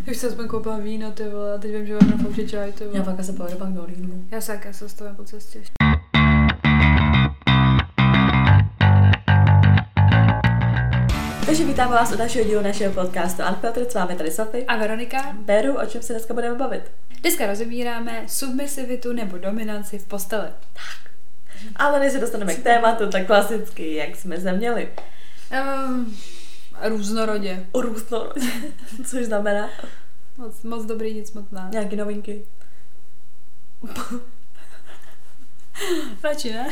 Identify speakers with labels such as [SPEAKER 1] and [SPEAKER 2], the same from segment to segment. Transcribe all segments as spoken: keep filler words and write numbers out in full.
[SPEAKER 1] Už se aspoň koupila víno, ty vole, a teď vím, že vám na fouči čaj, ty vole.
[SPEAKER 2] Já pak se pojedu pak do Lidlu.
[SPEAKER 1] Já se jaká se stavím po cestě.
[SPEAKER 2] Takže vítáme vás u dalšího dílu našeho podcastu Unfiltered, s vámi tady Sofie
[SPEAKER 1] A Veronika.
[SPEAKER 2] Beru, o čem se dneska budeme bavit.
[SPEAKER 1] Dneska rozebíráme submisivitu nebo dominanci v posteli.
[SPEAKER 2] Tak. Ale než se dostaneme k tématu, tak klasicky, jak jsme se měli.
[SPEAKER 1] Um, různorodě.
[SPEAKER 2] Různorodě. Což znamená?
[SPEAKER 1] Moc, moc dobrý, nic moc ne.
[SPEAKER 2] Nějaký novinky.
[SPEAKER 1] Radši ne?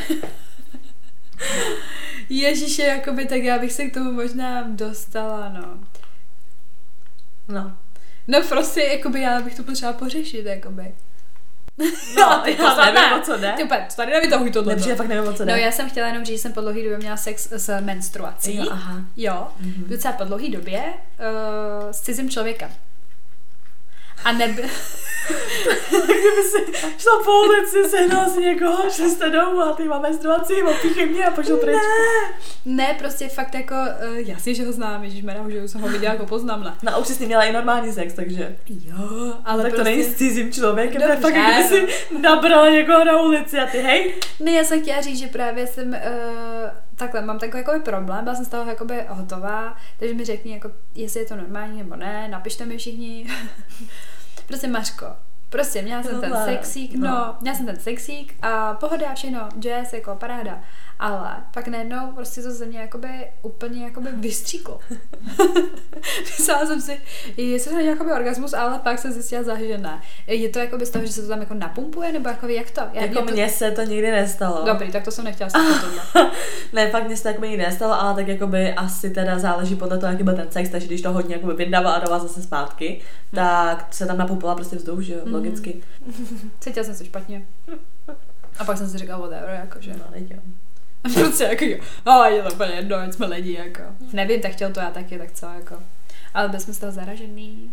[SPEAKER 1] Ježiše, jakoby, tak já bych se k tomu možná dostala, no.
[SPEAKER 2] No.
[SPEAKER 1] No prostě, jakoby, já bych to potřeba pořešit, jakoby.
[SPEAKER 2] No, já nevím, o co jde.
[SPEAKER 1] Ty úplně, tady nevytahuj tohle.
[SPEAKER 2] Nepřijde, fakt nevím, o co jde.
[SPEAKER 1] No, já jsem chtěla jenom říct, že jsem po dlouhý době měla sex s menstruací.
[SPEAKER 2] Jo, aha.
[SPEAKER 1] Jo,
[SPEAKER 2] Mhm.
[SPEAKER 1] docela po dlouhý době uh, s cizím člověkem. A neby...
[SPEAKER 2] Kdyby si šla po ulici, sehnala si někoho, šli jste domů a ty má menstruaci, opíchej mě a pošel pryč.
[SPEAKER 1] Ne, prostě fakt jako, uh, jasně, že ho znám, ježišmarja, že už jsem ho viděla, jako poznám.
[SPEAKER 2] No a už jsi s ním měla i normální sex, takže.
[SPEAKER 1] Jo, ale
[SPEAKER 2] tak to
[SPEAKER 1] prostě...
[SPEAKER 2] není s cizím člověkem, to je
[SPEAKER 1] Dobře,
[SPEAKER 2] fakt, kdyby si nabrala někoho na ulici a ty hej.
[SPEAKER 1] Ne, já jsem chtěla říct, že právě jsem, uh, takhle, mám takový jakoby problém, byla jsem z toho jakoby hotová, takže mi řekni, jako, jestli je to normální nebo ne, napište mi všichni. Prostě Mařko, prostě měla jsem ten sexík, no, no, měla jsem ten sexík a pohoda, všechno, jazz, jako paráda, ale pak najednou prostě to ze mě jakoby úplně jakoby vystříklo. Myslela jsem si, jestli jsem jakoby orgasmus, ale pak jsem zjistila záhy, že ne. Je to jakoby z toho, že se to tam jako napumpuje, nebo jakoby jak to? Já,
[SPEAKER 2] jako
[SPEAKER 1] to...
[SPEAKER 2] mně se to nikdy nestalo.
[SPEAKER 1] Dobrý, tak to jsem nechtěla slyšet tohle.
[SPEAKER 2] Ne, fakt mně se to jakoby nikdy nestalo, ale tak jakoby asi teda záleží podle toho, jaký byl ten sex, takže když to hodně jakoby vydával a dával zase zpátky, hmm. tak se tam napumpala prostě vzduch, že jo, hmm. logicky.
[SPEAKER 1] Cítila jsem se špatně. A pak jsem si říkala whatever, jakože.
[SPEAKER 2] No, teď jo.
[SPEAKER 1] Prostě jako, ale je to úplně jedno, jsme lidi, jako. Nevím, tak chtěl to já taky, tak co, jako. Ale byli jsme z toho zaražený.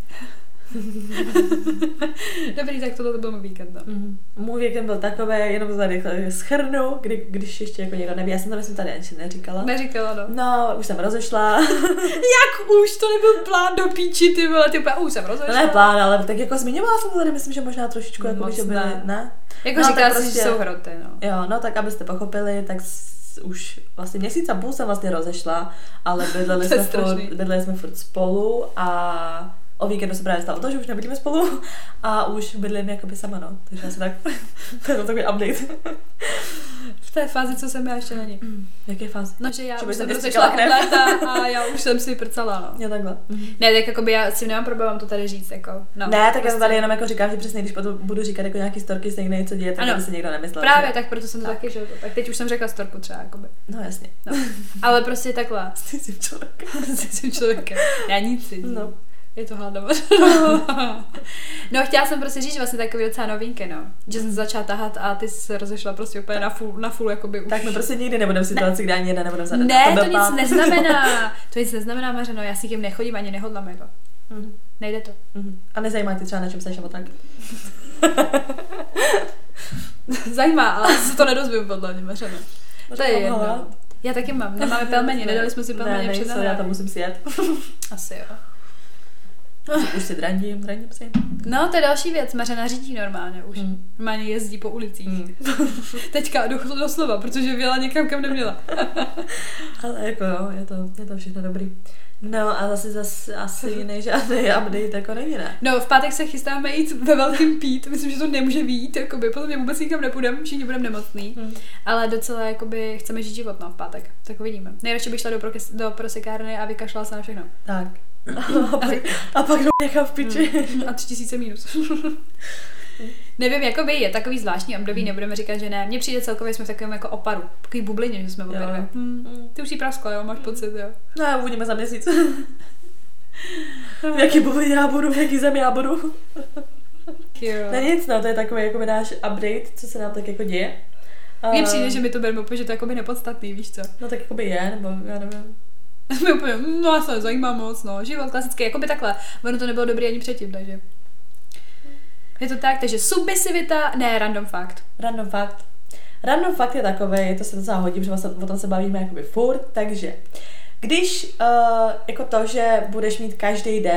[SPEAKER 1] Dobrý, tak tohle to byl můj víkend, no.
[SPEAKER 2] Mm-hmm. Můj víkend byl takový, jenom to tady schrnu, kdy, když ještě jako někdo neví, já jsem to myslím tady ještě neříkala.
[SPEAKER 1] Neříkala, no.
[SPEAKER 2] No, už jsem rozešla.
[SPEAKER 1] Jak už, to nebyl plán do píči, ty vole, ty úplně, už jsem rozešla.
[SPEAKER 2] No ne plán, ale tak jako zmiňovala jsem to tady, myslím, že možná trošičku, jako by, že byly,
[SPEAKER 1] ne.
[SPEAKER 2] ne?
[SPEAKER 1] Jako
[SPEAKER 2] no,
[SPEAKER 1] říkala
[SPEAKER 2] prostě,
[SPEAKER 1] si, že jsou hroty, no.
[SPEAKER 2] Jo, no tak abyste pochopili, tak s, už vlastně měsíc a půl jsem vlastně rozešla, ale bydleli jsme, furt, bydleli jsme furt spolu a o víkendu se právě stalo to, že už nebydlíme spolu a už bydlím jakoby sama, no. Takže asi tak, to je takový update.
[SPEAKER 1] V té fázi, co jsem já, ještě není.
[SPEAKER 2] Mm, jaké fáze?
[SPEAKER 1] No, že já
[SPEAKER 2] že
[SPEAKER 1] už jsem rozešla od léta a já už jsem si prcala, no.
[SPEAKER 2] Jo, takhle. Mm.
[SPEAKER 1] Ne, tak jakoby já si nemám problém to tady říct, jako. No,
[SPEAKER 2] ne, tak
[SPEAKER 1] prostě.
[SPEAKER 2] já to tady jenom jako říkám, že přesně, když potom budu říkat jako nějaký storky, se někde něco děje, tak aby si někdo nemyslel.
[SPEAKER 1] Právě,
[SPEAKER 2] že...
[SPEAKER 1] tak proto jsem to tak. taky, že tak teď už jsem řekla storku třeba, jakoby.
[SPEAKER 2] No, jasně.
[SPEAKER 1] No. Ale prostě takhle.
[SPEAKER 2] S tím člověkem.
[SPEAKER 1] S tím člověkem. Já nic si.
[SPEAKER 2] No.
[SPEAKER 1] Je to hladomoř. No, chtěla jsem prostě říct vlastně takový docela novinky, no. Že jsem začala tahat a ty jsi se rozešla prostě úplně na full, na full jakoby už.
[SPEAKER 2] Tak my prostě nikdy nebudeme v situaci, kde ani jedna nebudeme zadat.
[SPEAKER 1] Ne, to, to nic pán. neznamená. To nic neznamená, Mařeno, já si tím nechodím, ani nehodlám, jako. Mm-hmm. Nejde to.
[SPEAKER 2] Mm-hmm. A nezajímá tě třeba, na čem seš, nebo tak?
[SPEAKER 1] Zajímá, ale se to nedozvím podle mě, Mařeno. To je jedno. Já taky mám, nemáme pelmeni, nedali jsme si pelmeni před
[SPEAKER 2] námi. Ne, já to musím si jet.
[SPEAKER 1] Asi jo.
[SPEAKER 2] Už si drandím, drandím si.
[SPEAKER 1] No, to je další věc, Mařena řídí normálně už.
[SPEAKER 2] Hmm.
[SPEAKER 1] Normálně jezdí po ulicích.
[SPEAKER 2] Hmm.
[SPEAKER 1] Teďka do, do slova, protože vyjela někam, kam neměla.
[SPEAKER 2] Ale jako jo, je to, je to všechno dobrý. No a zase, zase asi jiný žádný update jako není, ne?
[SPEAKER 1] No, v pátek se chystáme jít ve velkým pít, myslím, že to nemůže vyjít, jakoby, potom mě vůbec nikam nepůjdeme, všichni budeme nemocný, hmm. ale docela jakoby chceme žít život, no, v pátek, tak uvidíme. Nejradši bych šla do, prokes, do prosekárny a vykašlala se na všechno.
[SPEAKER 2] Tak. A pak, a pak nechám v piči.
[SPEAKER 1] Hmm. A tři tisíce minus. Nevím, jakoby je takový zvláštní období, nebudeme říkat, že ne. Mně přijde celkově, jsme v takovém jako oparu, takový bublině, že jsme obě dvě. Hmm. Ty už jí praskla, jo, máš pocit, jo.
[SPEAKER 2] No, uvidíme za měsíc. V jaký bublině já budu, v jaký zemi já budu. Ne nic, no, to je takový jako náš update, co se nám tak jako děje.
[SPEAKER 1] Mně uh, přijde, že mi to bereme úplně, že to je jakoby nepodstatný, víš co?
[SPEAKER 2] No tak jakoby je, nebo já nevím.
[SPEAKER 1] Mě úplně, no já se nezajímá moc, no, život klasický, jakoby takhle, ono to nebylo dobrý ani předtím, takže. Je to tak, takže submisivita, ne, random fact.
[SPEAKER 2] Random fact. Random fact je takovej, to se docela hodí, protože o tom se bavíme jakoby furt, takže když uh, jako to, že budeš mít každý den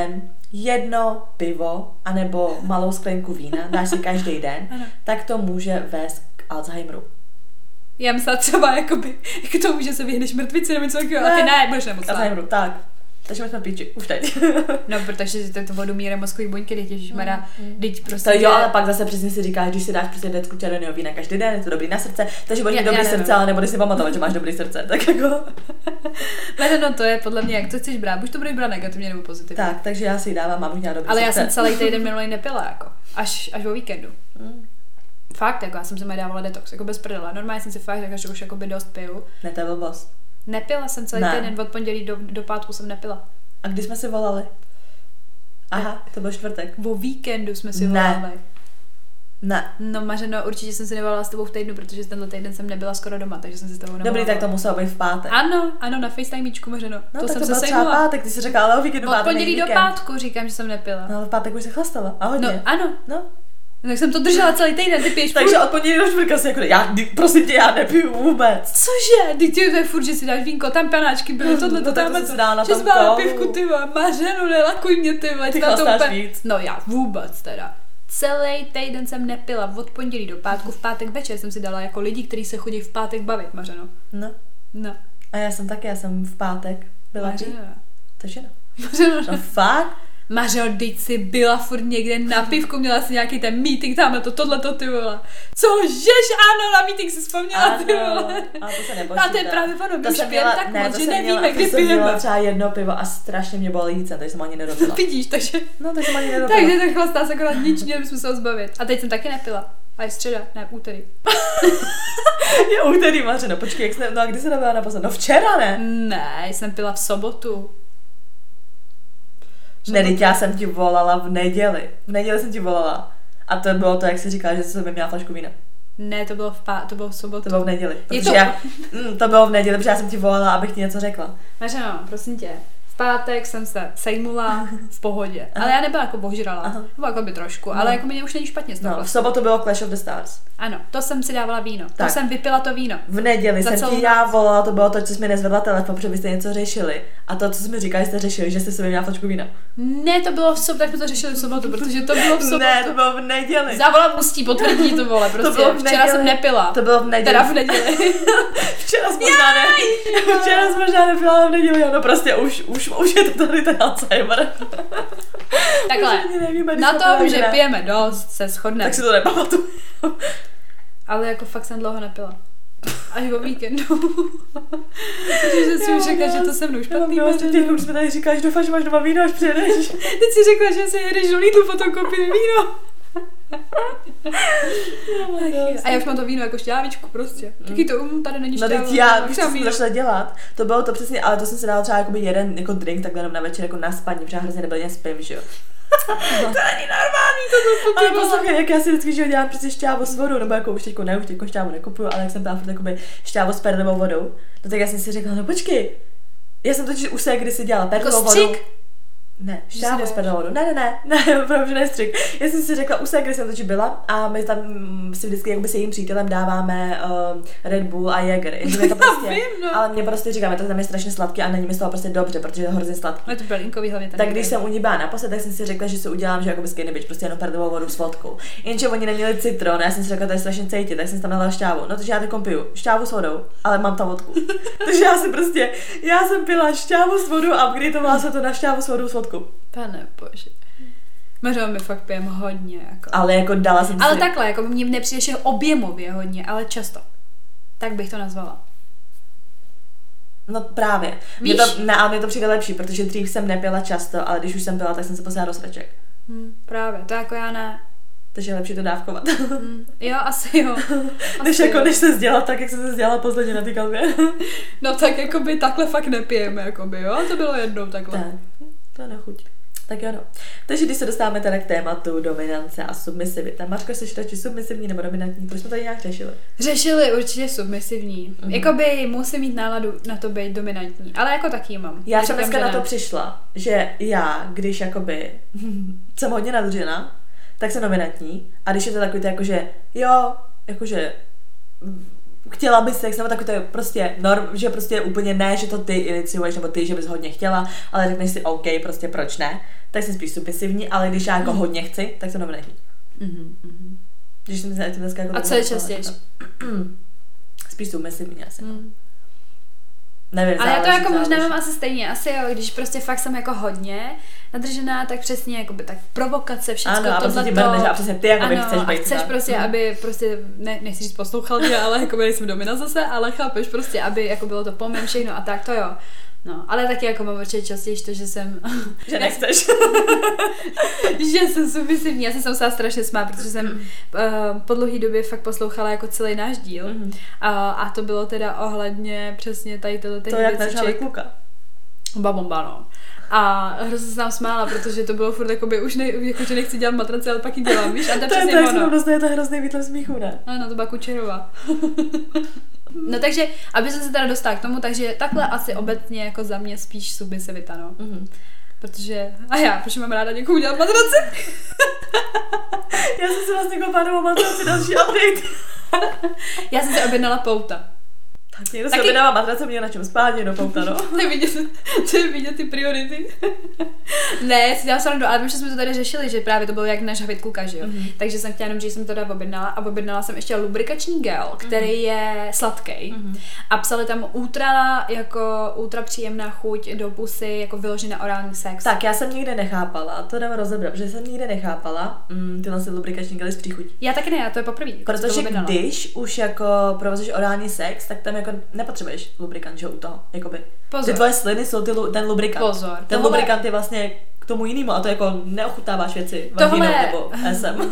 [SPEAKER 2] jedno pivo anebo malou sklenku vína, dáš si každý den,
[SPEAKER 1] ano.
[SPEAKER 2] tak to může vést k Alzheimeru.
[SPEAKER 1] Já myslela třeba jakoby, k tomu, že se vyhneš mrtvici nebo něco takového, a ty ne, budeš nemocná.
[SPEAKER 2] Alzheimeru, tak. Takže my jsme píči, už teď.
[SPEAKER 1] No, protože to, to vodu míre mozkový buňky, teď ježišmarja,
[SPEAKER 2] mm.
[SPEAKER 1] teď prostě...
[SPEAKER 2] To jo, ale pak zase přesně si říkáš, když si dáš prostě decku červeného vína každý den, je to dobrý na srdce, takže budeš mít dobrý srdce, ale nebudeš si pamatovat, že máš dobrý srdce, tak jako...
[SPEAKER 1] Ne, no to je podle mě, jak to chceš brát, buď to budeš brát negativně nebo pozitivně.
[SPEAKER 2] Tak, takže já si ji dávám, mám už měla dobrý
[SPEAKER 1] ale
[SPEAKER 2] srdce.
[SPEAKER 1] Já jsem celý týden minulý nepila, jako, až, až o víkendu. Mm. Fakt, jako já jsem si mi dávala detox, jako bez prdele. Normálně jsem si fakt řekla, že už jako by dost piju.
[SPEAKER 2] Ne, to je blbost.
[SPEAKER 1] Nepila jsem celý ne. týden, od pondělí do, do pátku jsem nepila.
[SPEAKER 2] A kdy jsme si volali? Aha, ne. To byl čtvrtek.
[SPEAKER 1] O víkendu jsme si
[SPEAKER 2] ne.
[SPEAKER 1] volali.
[SPEAKER 2] Ne.
[SPEAKER 1] No Mařeno, určitě jsem si nevolala s tebou v týdnu, protože tenhle týden jsem nebyla skoro doma, takže jsem si s tebou nevolala.
[SPEAKER 2] Dobrý, tak to muselo být v pátek.
[SPEAKER 1] Ano, ano, na FaceTimečku Mařeno.
[SPEAKER 2] No,
[SPEAKER 1] to
[SPEAKER 2] tak
[SPEAKER 1] jsem
[SPEAKER 2] to
[SPEAKER 1] se
[SPEAKER 2] byl třeba pátek, ty jsi řekla, ale o víkendu
[SPEAKER 1] od pondělí do pátku říkám, že jsem nepila.
[SPEAKER 2] No ale v pátek už se chlastala, a hodně.
[SPEAKER 1] No, ano.
[SPEAKER 2] No.
[SPEAKER 1] No, tak jsem to držela celý týden, ty piješ
[SPEAKER 2] Takže od pondělí do čtvrtka si jako, já, prosím tě, já nepiju vůbec.
[SPEAKER 1] Cože? Ty ty to je furt, že si dáš vínko, tam panáčky byly, tohle, to tam,
[SPEAKER 2] si dá na
[SPEAKER 1] že jsi byla pivku, ty Mařeno, nelakuj mě, ty vole.
[SPEAKER 2] Ty chlastáš víc.
[SPEAKER 1] No já vůbec teda. Celý týden jsem nepila, od pondělí do pátku, v pátek večer jsem si dala jako lidi, kteří se chodí v pátek bavit, Mařeno.
[SPEAKER 2] No.
[SPEAKER 1] No.
[SPEAKER 2] A já jsem taky, já jsem v pátek byla pít. Takže no.
[SPEAKER 1] Mařeno.
[SPEAKER 2] No fakt?
[SPEAKER 1] Mařeno, teď jsi byla furt někde na pivku, měla jsi nějaký ten meeting, tamhle to, tohleto, ty vole. Cožeš, ano, na meeting si vzpomněla, ty vole.
[SPEAKER 2] A to se nepočítá.
[SPEAKER 1] A to je právě ono, my
[SPEAKER 2] to
[SPEAKER 1] už
[SPEAKER 2] jsem
[SPEAKER 1] pijeme
[SPEAKER 2] měla,
[SPEAKER 1] tak
[SPEAKER 2] ne,
[SPEAKER 1] moc,
[SPEAKER 2] to
[SPEAKER 1] že
[SPEAKER 2] jsem
[SPEAKER 1] nevíme,
[SPEAKER 2] měla,
[SPEAKER 1] kdy
[SPEAKER 2] to jsem měla
[SPEAKER 1] pijeme.
[SPEAKER 2] třeba jedno pivo a strašně mě bylo jíce, takže jsem ani nedopila.
[SPEAKER 1] Vidíš, takže...
[SPEAKER 2] No, takže jsem ani nedopila.
[SPEAKER 1] Takže tak chlastá se akorát nič, měli bychom se ho zbavit. A teď jsem taky nepila. A je středa, ne, úterý.
[SPEAKER 2] Je úterý, Mařeno, počkej, jak jsi, no a kdy jsi nebyla naposled? No včera, ne?
[SPEAKER 1] Ne, jsem pila v sobotu.
[SPEAKER 2] Ne, teď já jsem ti volala v neděli. V neděli jsem ti volala. A to bylo to, jak jsi říkala, že jsi měla flašku vína.
[SPEAKER 1] Ne, to bylo v, pá- to bylo v sobotu.
[SPEAKER 2] To bylo v neděli.
[SPEAKER 1] Je to...
[SPEAKER 2] Já, mm, to bylo v neděli, protože já jsem ti volala, abych ti něco řekla.
[SPEAKER 1] Mařeno, prosím tě. V pátek jsem se sejmula v pohodě. Aha. Ale já nebyla jako božrala. Bylo jako by trošku, no. Ale jako mě už není špatně z toho.
[SPEAKER 2] No, v sobotu bylo Clash of the Stars.
[SPEAKER 1] Ano, to jsem si dávala víno. Tak. To jsem vypila to víno.
[SPEAKER 2] V neděli
[SPEAKER 1] Za
[SPEAKER 2] jsem ti já volala, to bylo to, co jsi mi nezvedla telefon, protože byste něco řešili. A to, co jsi mi říkali, jste řešili, že jste si měla flašku vína.
[SPEAKER 1] Ne, to bylo v sobotu, tak jsme to řešili v sobotu, protože to bylo v sobotu.
[SPEAKER 2] Ne, to bylo v neděli.
[SPEAKER 1] Zavolám Ustí, potvrdí to, vole, prostě. To bylo v Včera jsem nepila.
[SPEAKER 2] To bylo v neděli.
[SPEAKER 1] Teda v neděli.
[SPEAKER 2] Včera jsme možná ne. Včera jsme možná nepila, ale v neděli, ano, prostě už, už, už je to tady ten Alzheimer.
[SPEAKER 1] Takhle, nevíme, na tom, že ne. Pijeme dost, se shodneme.
[SPEAKER 2] Tak si to nepamatuju.
[SPEAKER 1] Ale jako fakt jsem dlouho nepila. Až o víkendu. Takže si už řekla, že to se mnou špatný.
[SPEAKER 2] Já mám těch, už jsme tady říkali, že doufám, že máš doma víno, až přijedeš.
[SPEAKER 1] Teď si řekla, že si jedeš do Lidlu, potom koupíme víno. A já už mám to víno jako šťávičku prostě. Mm. Taky to, um, tady není šťáva.
[SPEAKER 2] No teď já, když jsem začala dělat, to bylo to přesně, ale to jsem si dala třeba jakoby jeden jako drink, takhle jenom na večer jako na spaní, protože já hrozně nebyl spím, že jo. To není normální, to to ale poslouchej, jak já si vždycky, že dělám prostě šťávu s vodou, nebo jako už teďko ne, už teďko šťávu nekupuju, ale jak jsem byla furt jakoby šťávu s perlovou vodou, no tak já jsem si řekla, no počkej, já jsem totiž už se kdysi dělala perlovou vodu. Ne, šťávu s perlovou vodou. Ne, ne, ne, ne, opravdu ne střik. Já jsem si řekla, už se když jsem totiž byla a my tam si vždycky jakoby se jejím přítelem dáváme uh, Red Bull a Jäger. To prostě,
[SPEAKER 1] vím, no.
[SPEAKER 2] Ale mě prostě říkáme, to tam je strašně sladké a není mi z toho prostě dobře, protože je to hrozně sladké.
[SPEAKER 1] Ale to bylinkový hlavně.
[SPEAKER 2] Tak když jsem u ní byla naposled, tak jsem si řekla, že si udělám, že jako skinny bitch, prostě jenom perlovou vodu s vodkou. Jenže oni neměli citron, a já jsem si řekla, to je strašně cítit, tak jsem si tam nalila šťávu. No takže já teď piju šťávu s vodou, ale mám tam vodku. Takže já si prostě, já jsem pila šťávu s vodou a kdy to byla se to na šťávu s vodou s vodkou.
[SPEAKER 1] Pane bože. Mařo, my fakt pijeme hodně. Jako.
[SPEAKER 2] Ale jako dala jsem si...
[SPEAKER 1] Ale takhle, jako mě nepřijde, že objemově hodně, ale často. Tak bych to nazvala.
[SPEAKER 2] No právě. Mě to, ne, ale mě to přijde lepší, protože dřív jsem nepila často, ale když už jsem pila, tak jsem se poslala do sraček.
[SPEAKER 1] Hmm, právě, to jako já ne.
[SPEAKER 2] Takže je lepší to dávkovat.
[SPEAKER 1] Hmm, jo, asi jo. Asi
[SPEAKER 2] než jako, než se sdělat tak, jak jsem se sdělala posledně na té kalbě.
[SPEAKER 1] No tak jakoby takhle fakt nepijeme, jakoby, jo? To bylo jednou takhle.
[SPEAKER 2] Tak, to je na chuť. Tak jo, no. Takže když se dostáváme teda k tématu dominance a submisivita. Mařko, jsi radši submisivní nebo dominantní? Proč jsme tady nějak řešili?
[SPEAKER 1] Řešili určitě submisivní. Mm-hmm. Jakoby musím mít náladu na to být dominantní, ale jako taky mám.
[SPEAKER 2] Já jsem dneska na to přišla, že já, když jakoby jsem hodně nadřena, tak jsem dominantní. A když je to takový to jako, že jo, jakože chtěla bys sex, nebo takový to je prostě norm, že prostě úplně ne, že to ty iniciuješ, nebo ty, že bys hodně chtěla, ale řekneš si OK, prostě proč ne, tak jsem spíš submisivní, ale když já jako mm. hodně chci, tak to není.
[SPEAKER 1] Mm-hmm, mm-hmm.
[SPEAKER 2] Když jsem se dneska jako...
[SPEAKER 1] A co je častěji?
[SPEAKER 2] Spíš submisivní asi. Mm. Nevím,
[SPEAKER 1] ale
[SPEAKER 2] záleží,
[SPEAKER 1] já to jako
[SPEAKER 2] záleží.
[SPEAKER 1] možná mám asi stejně, asi jo, když prostě fakt jsem jako hodně nadržená, tak přesně jakoby tak provokace, všechno
[SPEAKER 2] ano, a prostě ti mrneš a přesně ty jakoby
[SPEAKER 1] ano,
[SPEAKER 2] chceš být.
[SPEAKER 1] a chceš prostě, mm. aby prostě, ne, nechci říct poslouchal mě, ale jako nejsem domina zase, ale chápeš prostě, aby jako bylo to po mém všechno a tak, to jo. No, ale taky jako mám určitě častěji to, že jsem...
[SPEAKER 2] Že nechceš.
[SPEAKER 1] že jsem submisivní, já jsem se musela strašně smát, protože jsem uh, po dlouhé době fakt poslouchala jako celý náš díl mm. a, a to bylo teda ohledně přesně tady tyhle
[SPEAKER 2] to, jak našla kluka.
[SPEAKER 1] Babomba, no. A hrozně se nám smála, protože to bylo furt jakoby, už ne, jako, že nechci dělat matrace, ale pak ji dělám, víš? A to je přesně
[SPEAKER 2] to,
[SPEAKER 1] ono.
[SPEAKER 2] Prostě je to hrozný výtlev smíchu, ne?
[SPEAKER 1] Ano, to byla Kučerová. No takže, aby jsem se teda dostala k tomu, takže takhle asi obecně jako za mě spíš submisivita, no. Mm-hmm. Protože, a já, protože mám ráda někomu dělat matraci.
[SPEAKER 2] Já jsem si vlastně koupala novou matraci, další update.
[SPEAKER 1] Já jsem si objednala pouta.
[SPEAKER 2] Tak někdo si objednává matrace, mě na čem spát, někdo pouta, no.
[SPEAKER 1] To je vidět, to je vidět ty priority. Ne, já si dělám srandu, ale vím, že jsme to tady řešili, že právě to bylo jak náš havit kluka, že jo. Mm-hmm. Takže jsem chtěla jenom, že jsem to teda objednala a objednala jsem ještě lubrikační gel, který mm-hmm. je sladký. Mm-hmm. A psali tam ultra, jako ultra příjemná chuť do pusy, jako vyložená orální sex.
[SPEAKER 2] Tak já jsem nikdy nechápala, to jdeme rozebrat, že jsem nikdy nechápala mm, tyhle si lubrikační gely z příchutí.
[SPEAKER 1] Já taky ne, já to je poprvé.
[SPEAKER 2] Protože když už jako provozuješ orální sex, tak tam jako nepotřebuješ lubrikant, že u toho, jakoby.
[SPEAKER 1] Pozor.
[SPEAKER 2] Ty tvoje sliny jsou ty, ten lubrikant.
[SPEAKER 1] Pozor.
[SPEAKER 2] Ten
[SPEAKER 1] Tohle...
[SPEAKER 2] lubrikant je vlastně k tomu jinému a to jako neochutáváš věci vaginou
[SPEAKER 1] Tohle...
[SPEAKER 2] nebo esem.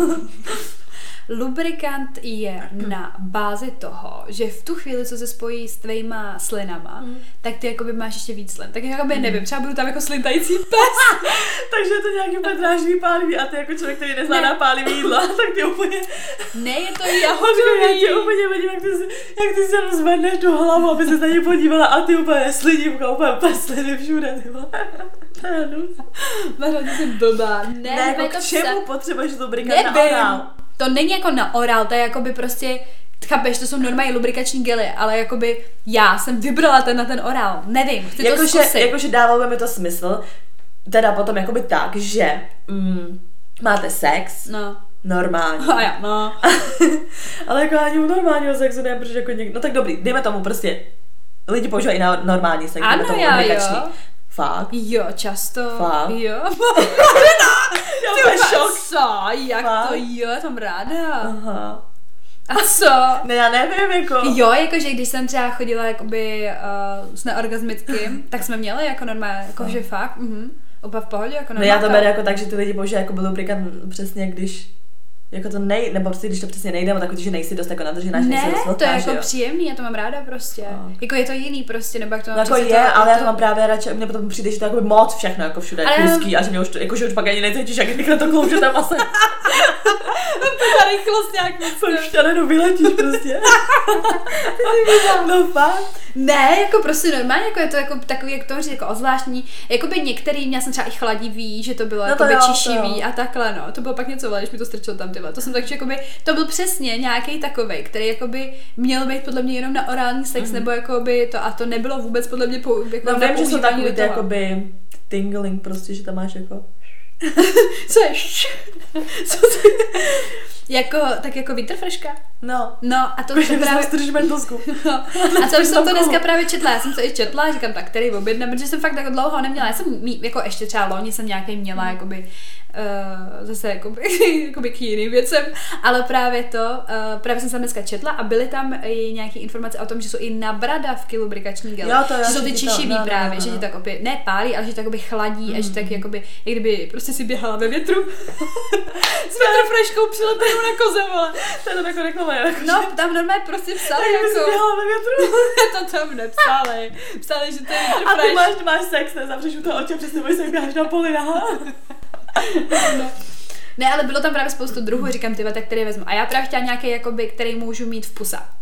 [SPEAKER 1] Lubrikant je na bázi toho, že v tu chvíli, co se spojí s tvýma slinama, mm. tak ty jakoby máš ještě víc slin. Tak jakoby mm. nevím, třeba budu tam jako slintající pes.
[SPEAKER 2] Takže je to nějaký bedrážný pálivý a ty jako člověk, který nezná pálivý jídla, tak ty úplně...
[SPEAKER 1] Ne, je to jahodový.
[SPEAKER 2] Já tě úplně vidím, jak ty, jak ty se rozvedneš tu hlavu, aby se na ně podívala a ty úplně slidívka, úplně pesliny všude, ty vole. To je nus.
[SPEAKER 1] Mára, ty jsi blbá. Ne,
[SPEAKER 2] ne jako k čemu potřebuješ lubrikant na orál?
[SPEAKER 1] To není jako na orál, to je jakoby prostě, chápeš, to jsou normální lubrikační gely, ale jakoby já jsem vybrala ten na ten orál, nevím, chci
[SPEAKER 2] jako
[SPEAKER 1] to zkusit.
[SPEAKER 2] Jakože dávalo mi to smysl, teda potom jakoby tak, že mm, máte sex,
[SPEAKER 1] no.
[SPEAKER 2] Normální.
[SPEAKER 1] A já, no.
[SPEAKER 2] Ale jako ani u normálního sexu ne, protože jako někdo, no tak dobrý, dejme tomu prostě, lidi používají i na normální sex,
[SPEAKER 1] ano,
[SPEAKER 2] tomu
[SPEAKER 1] já, jo.
[SPEAKER 2] Fakt?
[SPEAKER 1] Jo, často.
[SPEAKER 2] Fakt?
[SPEAKER 1] Jo.
[SPEAKER 2] Ty máš šok.
[SPEAKER 1] Co? Jak
[SPEAKER 2] Fakt?
[SPEAKER 1] to jo, já jsem ráda.
[SPEAKER 2] Aha.
[SPEAKER 1] A co?
[SPEAKER 2] Ne, já nevím, jako.
[SPEAKER 1] Jo, jakože když jsem třeba chodila jakoby uh, s neorgasmickým, tak jsme měli jako normálně, jakože fakt, mhm. Opa v pohodě, jako normálně.
[SPEAKER 2] No já to beru jako tak, že ty lidi používají jako lubrikant přesně, když jako to nej, nebo prostě, když to přesně nejde, nebo takový, že nejsi dost jako nadržená, že nejsi dost
[SPEAKER 1] Ne, to je jako
[SPEAKER 2] jo?
[SPEAKER 1] příjemný, já to mám ráda prostě. No. Jako je to jiný prostě, nebo jak to mám
[SPEAKER 2] no jako je,
[SPEAKER 1] to,
[SPEAKER 2] ale
[SPEAKER 1] to...
[SPEAKER 2] já to mám právě radši, mně potom přijde, že to jako moc všechno jako všude je kluský a že mě už to, jako, že už pak ani necítíš, jak rychle to klouže tam asi.
[SPEAKER 1] Ta rychlost nějak
[SPEAKER 2] moc. Co už tě jenom vyletíš prostě. No fakt.
[SPEAKER 1] Ne, jako prostě normálně, jako je to jako takový, jak to říct, jako ozvláštní. Jakoby některý, měla jsem třeba i chladivý, že to bylo no jakoby čišivý a takhle, no. To bylo pak něco, když mi to strčilo tam tyhle. To jsem tak, že jakoby, to byl přesně nějaký takovej, který jakoby měl být podle mě jenom na orální sex, mm-hmm. nebo jakoby to, a to nebylo vůbec podle mě pou, jako
[SPEAKER 2] no,
[SPEAKER 1] na
[SPEAKER 2] vím, že jsou takový ty
[SPEAKER 1] jakoby
[SPEAKER 2] tingling prostě, že tam máš jako...
[SPEAKER 1] Co je? Co to je? Jako, tak jako vítr-frška?
[SPEAKER 2] No.
[SPEAKER 1] No a to už právě... no. A to už jsem to dneska právě četla, já jsem to i četla, říkám tak, který objednám, protože jsem fakt tak dlouho neměla, já jsem mý, jako ještě třeba loni jsem nějaký měla, jakoby, uh, zase jakoby, jakoby k jiným věcem, ale právě to, uh, právě jsem se dneska četla a byly tam i nějaké informace o tom, že jsou i nabradavky lubrikační gel,
[SPEAKER 2] jo, to jo,
[SPEAKER 1] že jsou ty čišivý
[SPEAKER 2] to, no,
[SPEAKER 1] právě,
[SPEAKER 2] no, no,
[SPEAKER 1] že
[SPEAKER 2] no.
[SPEAKER 1] ti tak opět, ne pálí, ale že tak jakoby chladí mm. a že tak jakoby, jak kdyby prostě si běhala ve větru s větrofreškou přilepenou na koze, vole.
[SPEAKER 2] To je to jako reklama, jako
[SPEAKER 1] no, tam normálně prostě psali,
[SPEAKER 2] tak
[SPEAKER 1] jako...
[SPEAKER 2] Tak běhala ve větru.
[SPEAKER 1] To tam nepsali. Psali, že to je
[SPEAKER 2] větrofreš. A ty máš, máš sex, ne? Zavřeš u toho oči a představuj se, jak běháš na poli, aha.
[SPEAKER 1] No. Ne, ale bylo tam právě spoustu druhů, říkám, tyhle, tak který vezmu. A já právě chtěla nějaký, jakoby, který můžu mít v puse.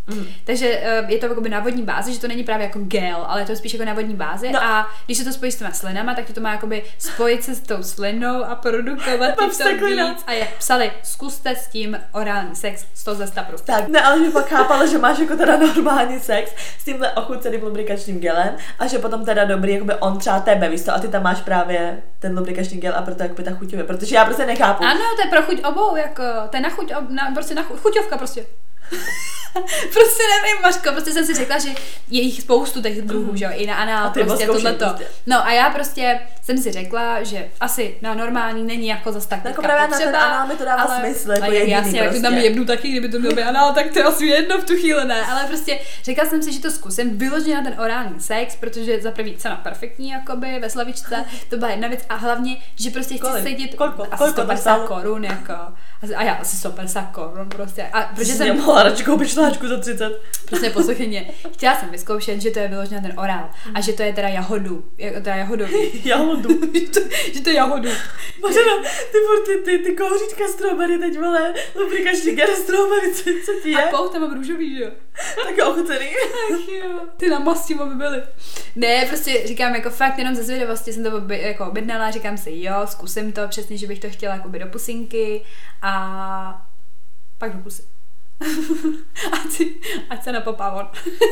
[SPEAKER 1] Mm. Takže uh, je to jako na vodní bázi, že to není právě jako gel, ale je to spíš jako na vodní bázi
[SPEAKER 2] no.
[SPEAKER 1] a když se to spojí s těma slinama, tak to má jakoby spojit se s tou slinou a produkovat tím to víc a je psali, zkuste s tím orální sex sto ze sta prostě.
[SPEAKER 2] Tak, ne, ale že pak chápala, že máš jako teda normální sex s tímhle ochuceným lubrikačním gelem a že potom teda dobrý, jakoby on třeba tebe, víš to, a ty tam máš právě ten lubrikační gel a proto jakoby ta chuťově, protože já prostě nechápu.
[SPEAKER 1] Ano, to je pro chuť obou, jako, to je na chuť, ob, na, prostě na chuť, chuťovka prostě. Prostě nevím, Mařko, prostě jsem si řekla, že je jich spoustu těch druhů, že jo, i na anál, prostě tohleto. Prostě. No a já prostě jsem si řekla, že asi na normální není jako zase tak
[SPEAKER 2] jako právě na ten anál mi to dává
[SPEAKER 1] ale,
[SPEAKER 2] smysl, jako
[SPEAKER 1] jediný jasně,
[SPEAKER 2] prostě. Jak
[SPEAKER 1] to tam jebnu taky, kdyby to měl být anál, tak to je asi jedno v tu chvíli, ne, ale prostě řekla jsem si, že to zkusím vyloženě na ten orální sex, protože za první cena perfektní, jakoby ve Slavičce, to byla jedna věc a hlavně, že prostě chci
[SPEAKER 2] Kolik?
[SPEAKER 1] sedět
[SPEAKER 2] Kolko?
[SPEAKER 1] asi
[SPEAKER 2] Kolko
[SPEAKER 1] sto padesát korun, jako, a já asi sto padesát korun prostě, a protože jsem
[SPEAKER 2] nemohla radši koupit šláčku za třicet.
[SPEAKER 1] Prostě poslouchej mě. Chtěla jsem vyzkoušet, že to je vyloženě ten orál a že to je teda jahodu, teda jahodový.
[SPEAKER 2] Jahodu.
[SPEAKER 1] že, to, že to je jahodu.
[SPEAKER 2] Mařena, ty, ty, ty, ty kouříčka strawberry teď, vole, lubrikační gel strawberry, co, co ti je?
[SPEAKER 1] A pouta mám růžový, že jo?
[SPEAKER 2] Tak je ochucený.
[SPEAKER 1] Ach jo, ty na mastím, aby byly. Ne, prostě říkám jako fakt jenom ze zvědavosti jsem to oby, jako objednala, říkám si jo, zkusím to, přesně, že bych to chtěla jakoby do pusinky a pak do pusy. ať, si, ať se napopá on.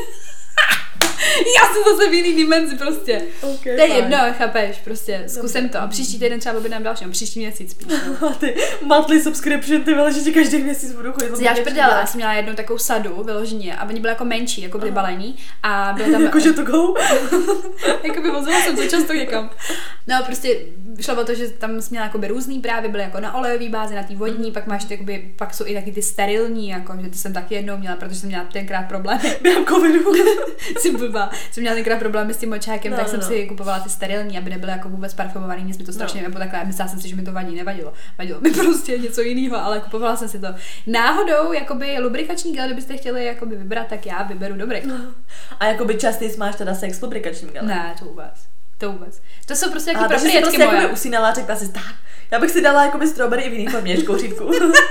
[SPEAKER 1] Já jsem zase v jiný dimenzi prostě.
[SPEAKER 2] Okay,
[SPEAKER 1] to je jedno, chápeš, prostě zkusím to a příští týden třeba objednám další, příští měsíc spíš.
[SPEAKER 2] No. A ty monthly subscription, ty vole, že ti každý měsíc budu chodit.
[SPEAKER 1] Já prdela, já jsem měla jednu takovou sadu vyloženě a oni byly jako menší, jako byly balení a byly tam...
[SPEAKER 2] Jakože to go?
[SPEAKER 1] Jakoby vozila jsem to často někam. No prostě šlo o to, že tam jsi měla jakoby různý právě, byly jako na olejové bázi, na té vodní, pak máš ty, jakoby, pak jsou i taky ty sterilní, jako, že ty jsem taky jednou měla, protože jsem měla tenkrát problémy.
[SPEAKER 2] Během covidu.
[SPEAKER 1] Jsem blbá. Jsem měla tenkrát problémy s tím močákem, no, tak no, jsem no. si kupovala ty sterilní, aby nebyly jako vůbec parfumovaný, mě to strašně no. nebo takhle. Myslela jsem si, že mi to vadí, nevadilo. Vadilo mi prostě něco jiného, ale kupovala jsem si to. Náhodou, jakoby lubrikační gel, kdybyste chtěli jakoby vybrat, tak já vyberu dobrý. No.
[SPEAKER 2] A jakoby častěji máš teda sex s lubrikačním gelem?
[SPEAKER 1] Ne, to vůbec. To vůbec. To jsou prostě jaký
[SPEAKER 2] proprietky
[SPEAKER 1] prostě
[SPEAKER 2] moje. Jakoby usínala a řekla si, tak, já bych si dala jakoby strawberry i v jiný formě, než kouřítku.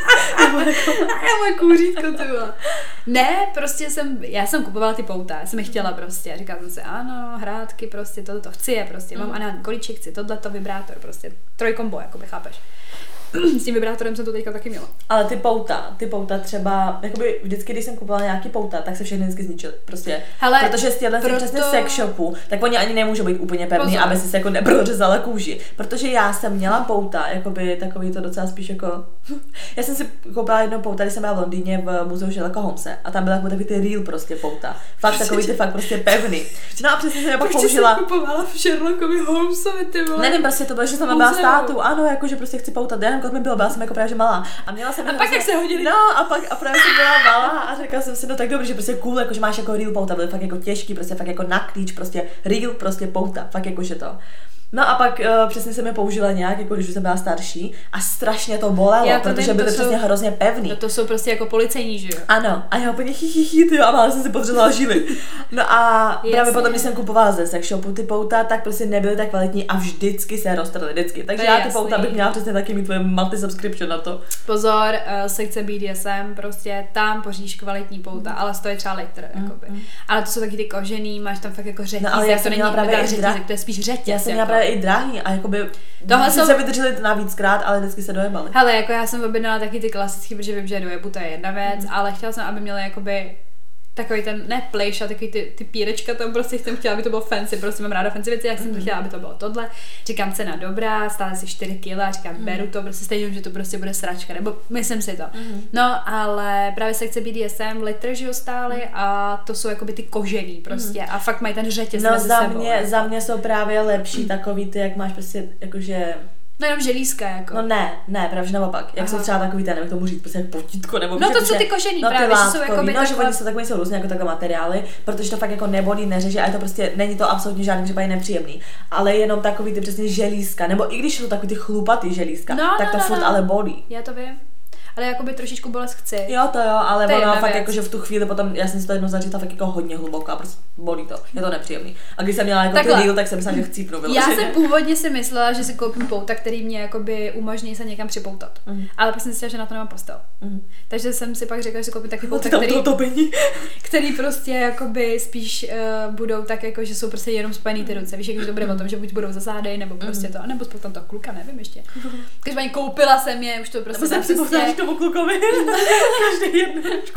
[SPEAKER 1] Já moje kouřítko, ty vole. Ne, prostě jsem, já jsem kupovala ty pouta, já jsem je chtěla prostě. Říkala jsem si, ano, hrátky, prostě toto to chci je prostě. Mám mm. anální kolíček, chci tohleto, vibrátor, prostě. Trojkombo, jakoby, chápeš. S tím vibrátorem jsem to teďka taky měla.
[SPEAKER 2] Ale ty pouta, ty pouta třeba, jakoby vždycky, když jsem kupovala nějaký pouta, tak se všechny vždycky zničily. Prostě, hele, protože z těchto proto... přesně sex shopů, tak oni ani nemůžou být úplně pevný, Pozor. Aby si se jako neprořezala kůži. Protože já jsem měla pouta, jakoby takový to docela spíš jako... já jsem si koupila jedno pouta, když jsem byla v Londýně v muzeu Sherlocka Holmese a tam byla jako takový ty real prostě pouta. Fakt takový ty fakt prostě pevný. No a přesně jsem je pak použila.
[SPEAKER 1] Proč jsi kupovala v Sherlockovi Holmesovi, ty vole?
[SPEAKER 2] Nevím, prostě to bylo, že jsem tam byla státu, ano, jakože prostě chci poutat. Mi bylo, byla jsem jako právě že malá. A měla jsem
[SPEAKER 1] a pak jak se hodili.
[SPEAKER 2] No a pak a právě jsem byla malá a řekla jsem si, no tak dobře, že prostě cool, jako že máš jako real pouta, byly fakt jako těžký, prostě fakt jako na klíč, prostě real, prostě pouta, fakt jako že to. No a pak uh, přesně jsem je použila nějak, jako když už jsem byla starší a strašně to bolelo, já to protože vím, byly jsou, přesně hrozně pevný.
[SPEAKER 1] To, to jsou prostě jako policejní, že jo?
[SPEAKER 2] Ano, a já úplně chy, chy, chy, tyjo, a málo jsem si podřezala žily. No a Jasně. právě potom, když jsem kupovala ze sex shopu ty pouta, tak prostě nebyly tak kvalitní a vždycky se roztrly, vždycky. Takže já ty jasný. pouta bych měla přesně taky mít tvoje multi subscription na to.
[SPEAKER 1] Pozor, uh, sekce B D S M, prostě tam poříš kvalitní pouta, mm. ale stojí třeba litr, mm. jakoby. Mm. Ale to jsou taky ty kožený, máš tam fakt jako řetízek,
[SPEAKER 2] no, ale já
[SPEAKER 1] to není řetízek, to je spíš řetěz.
[SPEAKER 2] Já jsem měla právě i drahý a jakoby tohle jsou... se vydrželi na víckrát, ale vždycky se dojebali.
[SPEAKER 1] Hele, jako já jsem objednala taky ty klasický, protože vím, že dojebu, to je jedna věc, mm. ale chtěla jsem, aby měly jakoby takový ten, ne plejš, a takový ty, ty pírečka tam prostě jsem chtěla, aby to bylo fancy, prostě mám ráda fancy věci, jak jsem mm. to chtěla, aby to bylo tohle. Říkám, cena dobrá, stále si čtyři kila, říkám, mm. beru to, prostě stejně, že to prostě bude sračka, nebo myslím si to. Mm. No, ale právě sekce B D S M, litr, že jo, stály mm. a to jsou jakoby ty kožený prostě mm. a fakt mají ten řetěz
[SPEAKER 2] no,
[SPEAKER 1] mezi
[SPEAKER 2] za
[SPEAKER 1] sebou.
[SPEAKER 2] Mě, za mě jsou právě lepší mm. takový ty, jak máš prostě, jakože...
[SPEAKER 1] No jenom želízka jako.
[SPEAKER 2] No ne, ne, právě naopak. Jak Aha. jsou třeba takový ten, nevím tomu říct, prostě jak potítko nebo
[SPEAKER 1] no to jsou ty kožený
[SPEAKER 2] no,
[SPEAKER 1] právě,
[SPEAKER 2] látkový,
[SPEAKER 1] že jsou jako by
[SPEAKER 2] no, že oni jsou takový, jsou různě jako takové materiály, protože to fakt jako nebolí, neřeže a je to prostě, není to absolutně žádný případě nepříjemný. Ale jenom takový ty přesně želízka, nebo i když jsou takový ty chlupatý želízka, no, tak no, to no, furt no. ale bolí.
[SPEAKER 1] Já to vím. ale jakoby trošičku bolest chci.
[SPEAKER 2] Jo, to jo, ale
[SPEAKER 1] to
[SPEAKER 2] ono fakt
[SPEAKER 1] věc.
[SPEAKER 2] jako, že v tu chvíli potom, já jsem si to jednou zařízla fakt jako hodně hluboko a prostě bolí to, je to nepříjemný. A když jsem měla jako
[SPEAKER 1] Takhle.
[SPEAKER 2] ty díl, tak jsem myslela, že chcípnu vyloženě.
[SPEAKER 1] Já jsem původně si myslela, že si koupím pouta, který mě jakoby umožní se někam připoutat. Mm. Ale pak jsem si myslela, že na to nemám postel. Mm. Takže jsem si pak řekla, že si koupím taky pouta, který, který prostě jakoby spíš uh, budou tak jako, že jsou prostě jenom spojený ty ruce. Víš, jak to bude o tom, že buď budou za zády, nebo prostě to, nebo spolu tam toho kluka, nevím ještě. Každopádně koupila jsem je, už to prostě
[SPEAKER 2] jsem si prostě... k tomu klukovi. Každý jedničku.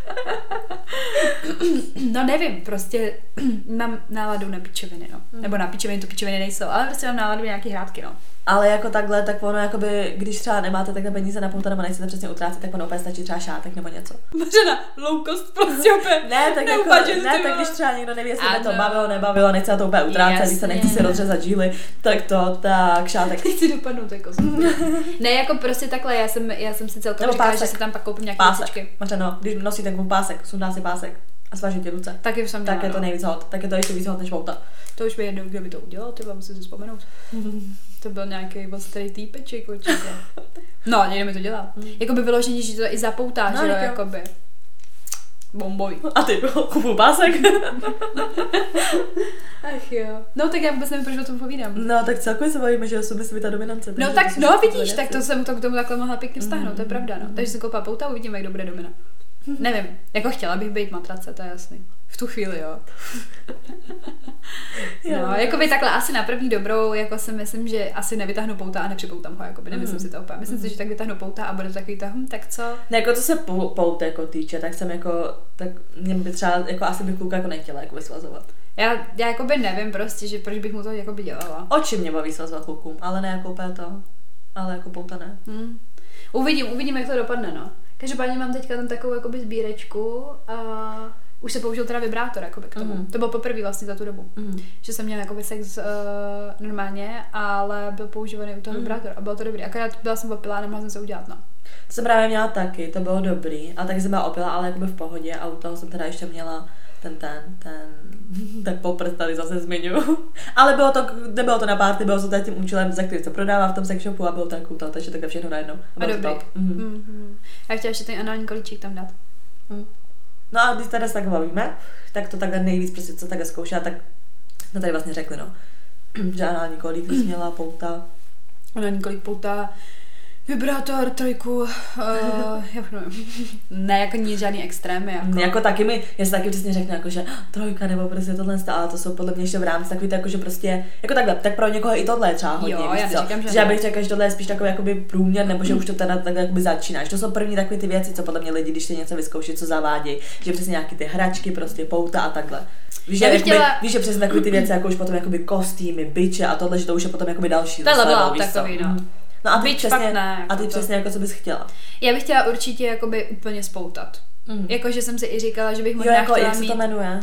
[SPEAKER 1] No nevím, prostě mám náladu na pičoviny, no. Mm. Nebo na pičoviny, to pičoviny nejsou, ale prostě mám náladu na nějaký hrátky, no.
[SPEAKER 2] Ale jako takhle, tak ono jakoby, když třeba nemáte takhle peníze na pouta nebo nechcete přesně utrácet, tak ono opět stačí třeba šátek nebo něco.
[SPEAKER 1] Možná low cost prostě opět.
[SPEAKER 2] Ne, tak jako, ne, tak když třeba někdo neví, jestli to bavilo, nebavilo, nechce to úplně utrácet, když se nechce si rozřezat žíly, tak to, tak šátek.
[SPEAKER 1] Chci dopadnout jako Ne, jako prostě takhle, já jsem, já jsem si celkově říkala, že si tam pak koupím nějaké věcičky.
[SPEAKER 2] Mařeno, když nosí takový pásek, sundá si pásek a svaží ti ruce.
[SPEAKER 1] Tak je,
[SPEAKER 2] tak je to nejvíc hot, tak je to ještě víc hot než pouta.
[SPEAKER 1] To už by jednou, kdo by to udělal, ty musím si vzpomenout. To byl nějaký moc starý týpeček určitě. No, někdo mi to dělal. Mm. Jakoby vyložení, že to i zapoutá, no, že jo, jakoby. Bomboj.
[SPEAKER 2] A ty, kupuju pásek.
[SPEAKER 1] Ach jo. No tak já vůbec nevím, proč o tom povídám.
[SPEAKER 2] No tak celkově se bavíme, že submisivita dominance.
[SPEAKER 1] No tak, no vidíš, tak to jsem to k tomu takhle mohla pěkně vztáhnout, mm. to je pravda, no. Takže jsem koupila pouta, uvidíme, kdo bude domina. Nevím, jako chtěla bych být matrace, to je jasný. V tu chvíli, jo. No, jako by takhle asi na první dobrou, jako si myslím, že asi nevytáhnu pouta a nepřipoutám ho, jako by nemyslím mm. si to úplně. Myslím mm. si, že tak vytáhnu pouta a bude to takový to, hm, tak co?
[SPEAKER 2] Ne, jako co se pout jako týče, tak jsem jako, tak mě by třeba, jako asi bych kluka jako nechtěla jako vysvazovat.
[SPEAKER 1] Já, já jako by nevím prostě, že proč bych mu to jako by dělala.
[SPEAKER 2] Oči mě baví svazovat klukům, ale ne jako úplně to, ale jako pouta ne.
[SPEAKER 1] Hmm. Uvidím, uvidím, jak to dopadne, no. Každopádně mám teďka tam takovou jakoby sbírečku a už se použil teda vibrátor jakoby k tomu. Mm. To bylo poprvé vlastně za tu dobu. Mm. Že jsem měla jakoby sex uh, normálně, ale byl používaný u toho mm. vibrátor a bylo to dobrý. Akorát byla jsem opilá a nemohla jsem se udělat, no.
[SPEAKER 2] To jsem právě měla taky, to bylo dobrý. A taky jsem byla opilá, ale jakoby v pohodě a u toho jsem teda ještě měla ten, ten, ten, ten poprt tady zase zmiňuju. Ale bylo to, nebylo to na party, bylo to tady tím účelem, za který se prodává v tom sex shopu a bylo to jako to, takže takhle všechno najednou.
[SPEAKER 1] A, a dobrý. Mm. Mm-hmm. Já chtěla ještě ten anální kolíček tam dát.
[SPEAKER 2] Mm. No a když tady se tak bavíme, tak to takhle nejvíc prostě co takhle zkoušela, tak no tady vlastně řekli, no. Že anální kolík, když měla pouta.
[SPEAKER 1] Anální kolík, pouta, vibrátor, trojku, uh, já nevím. Ne, jako nie žádný extrémy. Jako.
[SPEAKER 2] jako taky mi, já si taky přesně řeknu, jako, že trojka nebo prostě tohle, ale to jsou podle mě ještě v rámci takový, jako, že prostě, jako takhle, tak pro někoho i tohle je třeba hodně,
[SPEAKER 1] jo,
[SPEAKER 2] víš,
[SPEAKER 1] já neříkám, že,
[SPEAKER 2] že já bych řekla, že tohle je spíš takový jakoby průměr, nebo že už to teda takhle jakoby začínáš. To jsou první takové ty věci, co podle mě lidi, když si něco vyzkouší, co zavádějí, že přesně nějaký ty hračky, prostě pouta a takhle. Víš, že, chtěla... víš, že přesně takové ty věci, jako už potom jakoby kostýmy, biče a tohle, že to už je potom jakoby další.
[SPEAKER 1] Tohle takový, no.
[SPEAKER 2] No a ty přesně, ne, jako a ty přesně jako co bys chtěla?
[SPEAKER 1] Já bych chtěla určitě jakoby úplně spoutat. Mm. Jako, že jsem si i říkala, že bych možná
[SPEAKER 2] jo, jako,
[SPEAKER 1] chtěla
[SPEAKER 2] jak
[SPEAKER 1] mít...
[SPEAKER 2] se to jmenuje?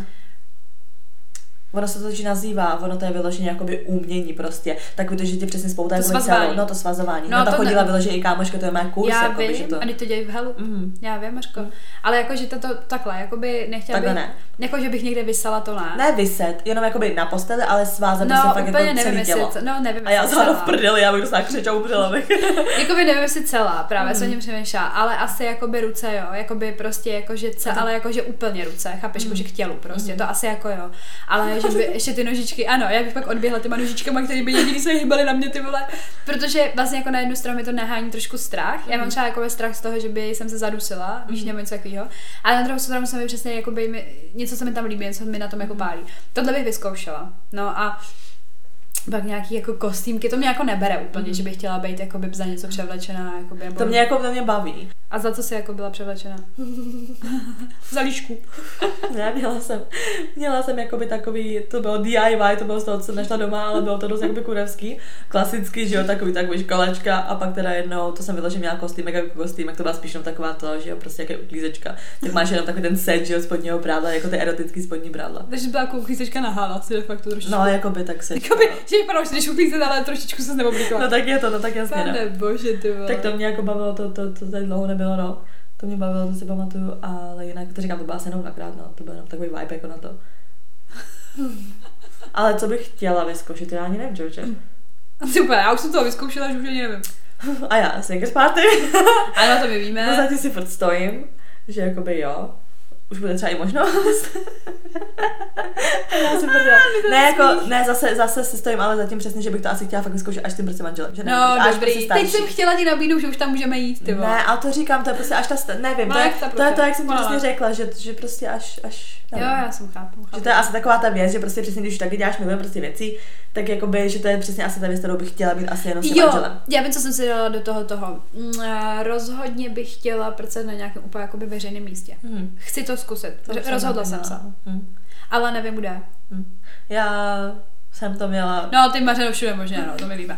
[SPEAKER 2] Ono se to totiž nazývá, ono to je vyloženě jakoby umění prostě. Tak víte, že ti přesně spoutá jako celou, no to svazování. No, no to chodila ne... vyloženě i kámoška, to je má kurz.
[SPEAKER 1] Já
[SPEAKER 2] jako,
[SPEAKER 1] vím,
[SPEAKER 2] že to...
[SPEAKER 1] a teď to dělají v Helu. Mm. Já vím, Mařko. Mm. Ale jakože to, to takhle, jakoby nechtěla
[SPEAKER 2] takhle
[SPEAKER 1] bych...
[SPEAKER 2] ne.
[SPEAKER 1] Jako, že bych někde vysala, to ne.
[SPEAKER 2] Ne vyset, jenom jakoby na posteli, ale svázat
[SPEAKER 1] no,
[SPEAKER 2] se fakt jako
[SPEAKER 1] nevím,
[SPEAKER 2] celý tělo.
[SPEAKER 1] Jestli, no nevím,
[SPEAKER 2] a já zároveň v prdeli, já bych dostala křeč a umřela bych.
[SPEAKER 1] Jakoby nevím, jestli celá, právě mm. jsem o něm přemýšlela, ale asi jakoby ruce, jo, jakoby prostě jakože ce, mm. ale jakože úplně ruce, chápeš, mm. jakože k tělu prostě, mm. to asi jako jo. Ale že by ještě ty nožičky, ano, já bych pak odběhla těma nožičkama, které by jediný se hýbaly na mě, ty vole, protože vlastně jako na jednu stranu mi to nahání trošku strach. Já mám třeba jako strach z toho, že by jsem se zadusila, víš, nebo něco takového. Ale na druhou stranu se mi přesně jakoby mi, něco se mi tam líbí, něco mi na tom jako pálí. Tohle bych vyzkoušela. No a pak nějaký jako kostýmky, to mě jako nebere úplně, mm. že bych chtěla být jakoby za něco převlečená. Jakoby,
[SPEAKER 2] to mě jako to mě baví.
[SPEAKER 1] A za co jsi jako byla převlečena? Za líšku.
[SPEAKER 2] Ne, měla jsem, měla jsem jakoby takový, to bylo D I Y, to bylo z toho, co jsem našla doma, ale bylo to dost jakoby kurevský, klasický, že jo, takový takový školečka a pak teda jednou, to jsem vyložila, měla kostýmek jako kostýmek, to byla spíš jenom taková to, že jo, prostě jaké uklízečka, tak máš jenom takový ten set, že jo, spodního prádla, jako ty erotický spodní prádla.
[SPEAKER 1] Takže byla jako uklízečka nahá, asi de facto trošičku.
[SPEAKER 2] No, jakoby tak se.
[SPEAKER 1] Jakoby, že vypadalo, že jdeš uklízet, ale trošičku se neoblíkla.
[SPEAKER 2] No tak je to, no tak jasně.
[SPEAKER 1] Pane
[SPEAKER 2] no.
[SPEAKER 1] bože, ty vole.
[SPEAKER 2] Tak to mě jako bavilo, to, to, to tady dlouho nebylo, no. To mě bavilo, to si pamatuju, ale jinak to říkám, to byla asi jenom dvakrát, no, to byl jenom takový vibe jako na to. Ale co bych chtěla vyzkoušet, já ani nevím, čoče.
[SPEAKER 1] Super, já už jsem toho vyzkoušela, že už ani nevím.
[SPEAKER 2] A já, swingers party.
[SPEAKER 1] Ano, to my víme.
[SPEAKER 2] No zatím si furt stojím, že jakoby jo. Už bude třeba i možnost. Já si prdela. Ne, jako, ne, zase, zase si stojím, ale zatím přesně, že bych to asi chtěla fakt vyzkoušet až s tím prostě manželem. Že ne,
[SPEAKER 1] no,
[SPEAKER 2] až
[SPEAKER 1] dobrý.
[SPEAKER 2] Prostě
[SPEAKER 1] teď jsem chtěla ti nabídnout, že už tam můžeme jít, ty
[SPEAKER 2] Ne, ale to říkám, to je prostě až ta, st- nevím,
[SPEAKER 1] no,
[SPEAKER 2] to, je,
[SPEAKER 1] ta
[SPEAKER 2] to je to, jak jsem ti
[SPEAKER 1] no,
[SPEAKER 2] vlastně řekla, že, že prostě až, až
[SPEAKER 1] nevím. Jo, já jsem chápu, chápu.
[SPEAKER 2] Že to je asi taková ta věc, že prostě přesně, když taky děláš milion prostě věcí, tak jakoby, že to je přesně asi ta věc, kterou bych chtěla mít asi jenom s tím manželem.
[SPEAKER 1] Já vím, co jsem si dala do toho toho. Mm, rozhodně bych chtěla pracovat na nějakém úplně jakoby veřejném místě. Hmm. Chci to zkusit. To Rozhodla jsem se. Hmm. Ale nevím, kde.
[SPEAKER 2] Hmm. Já jsem to měla...
[SPEAKER 1] No, ty Mařeno všude možná, no, to mi víme.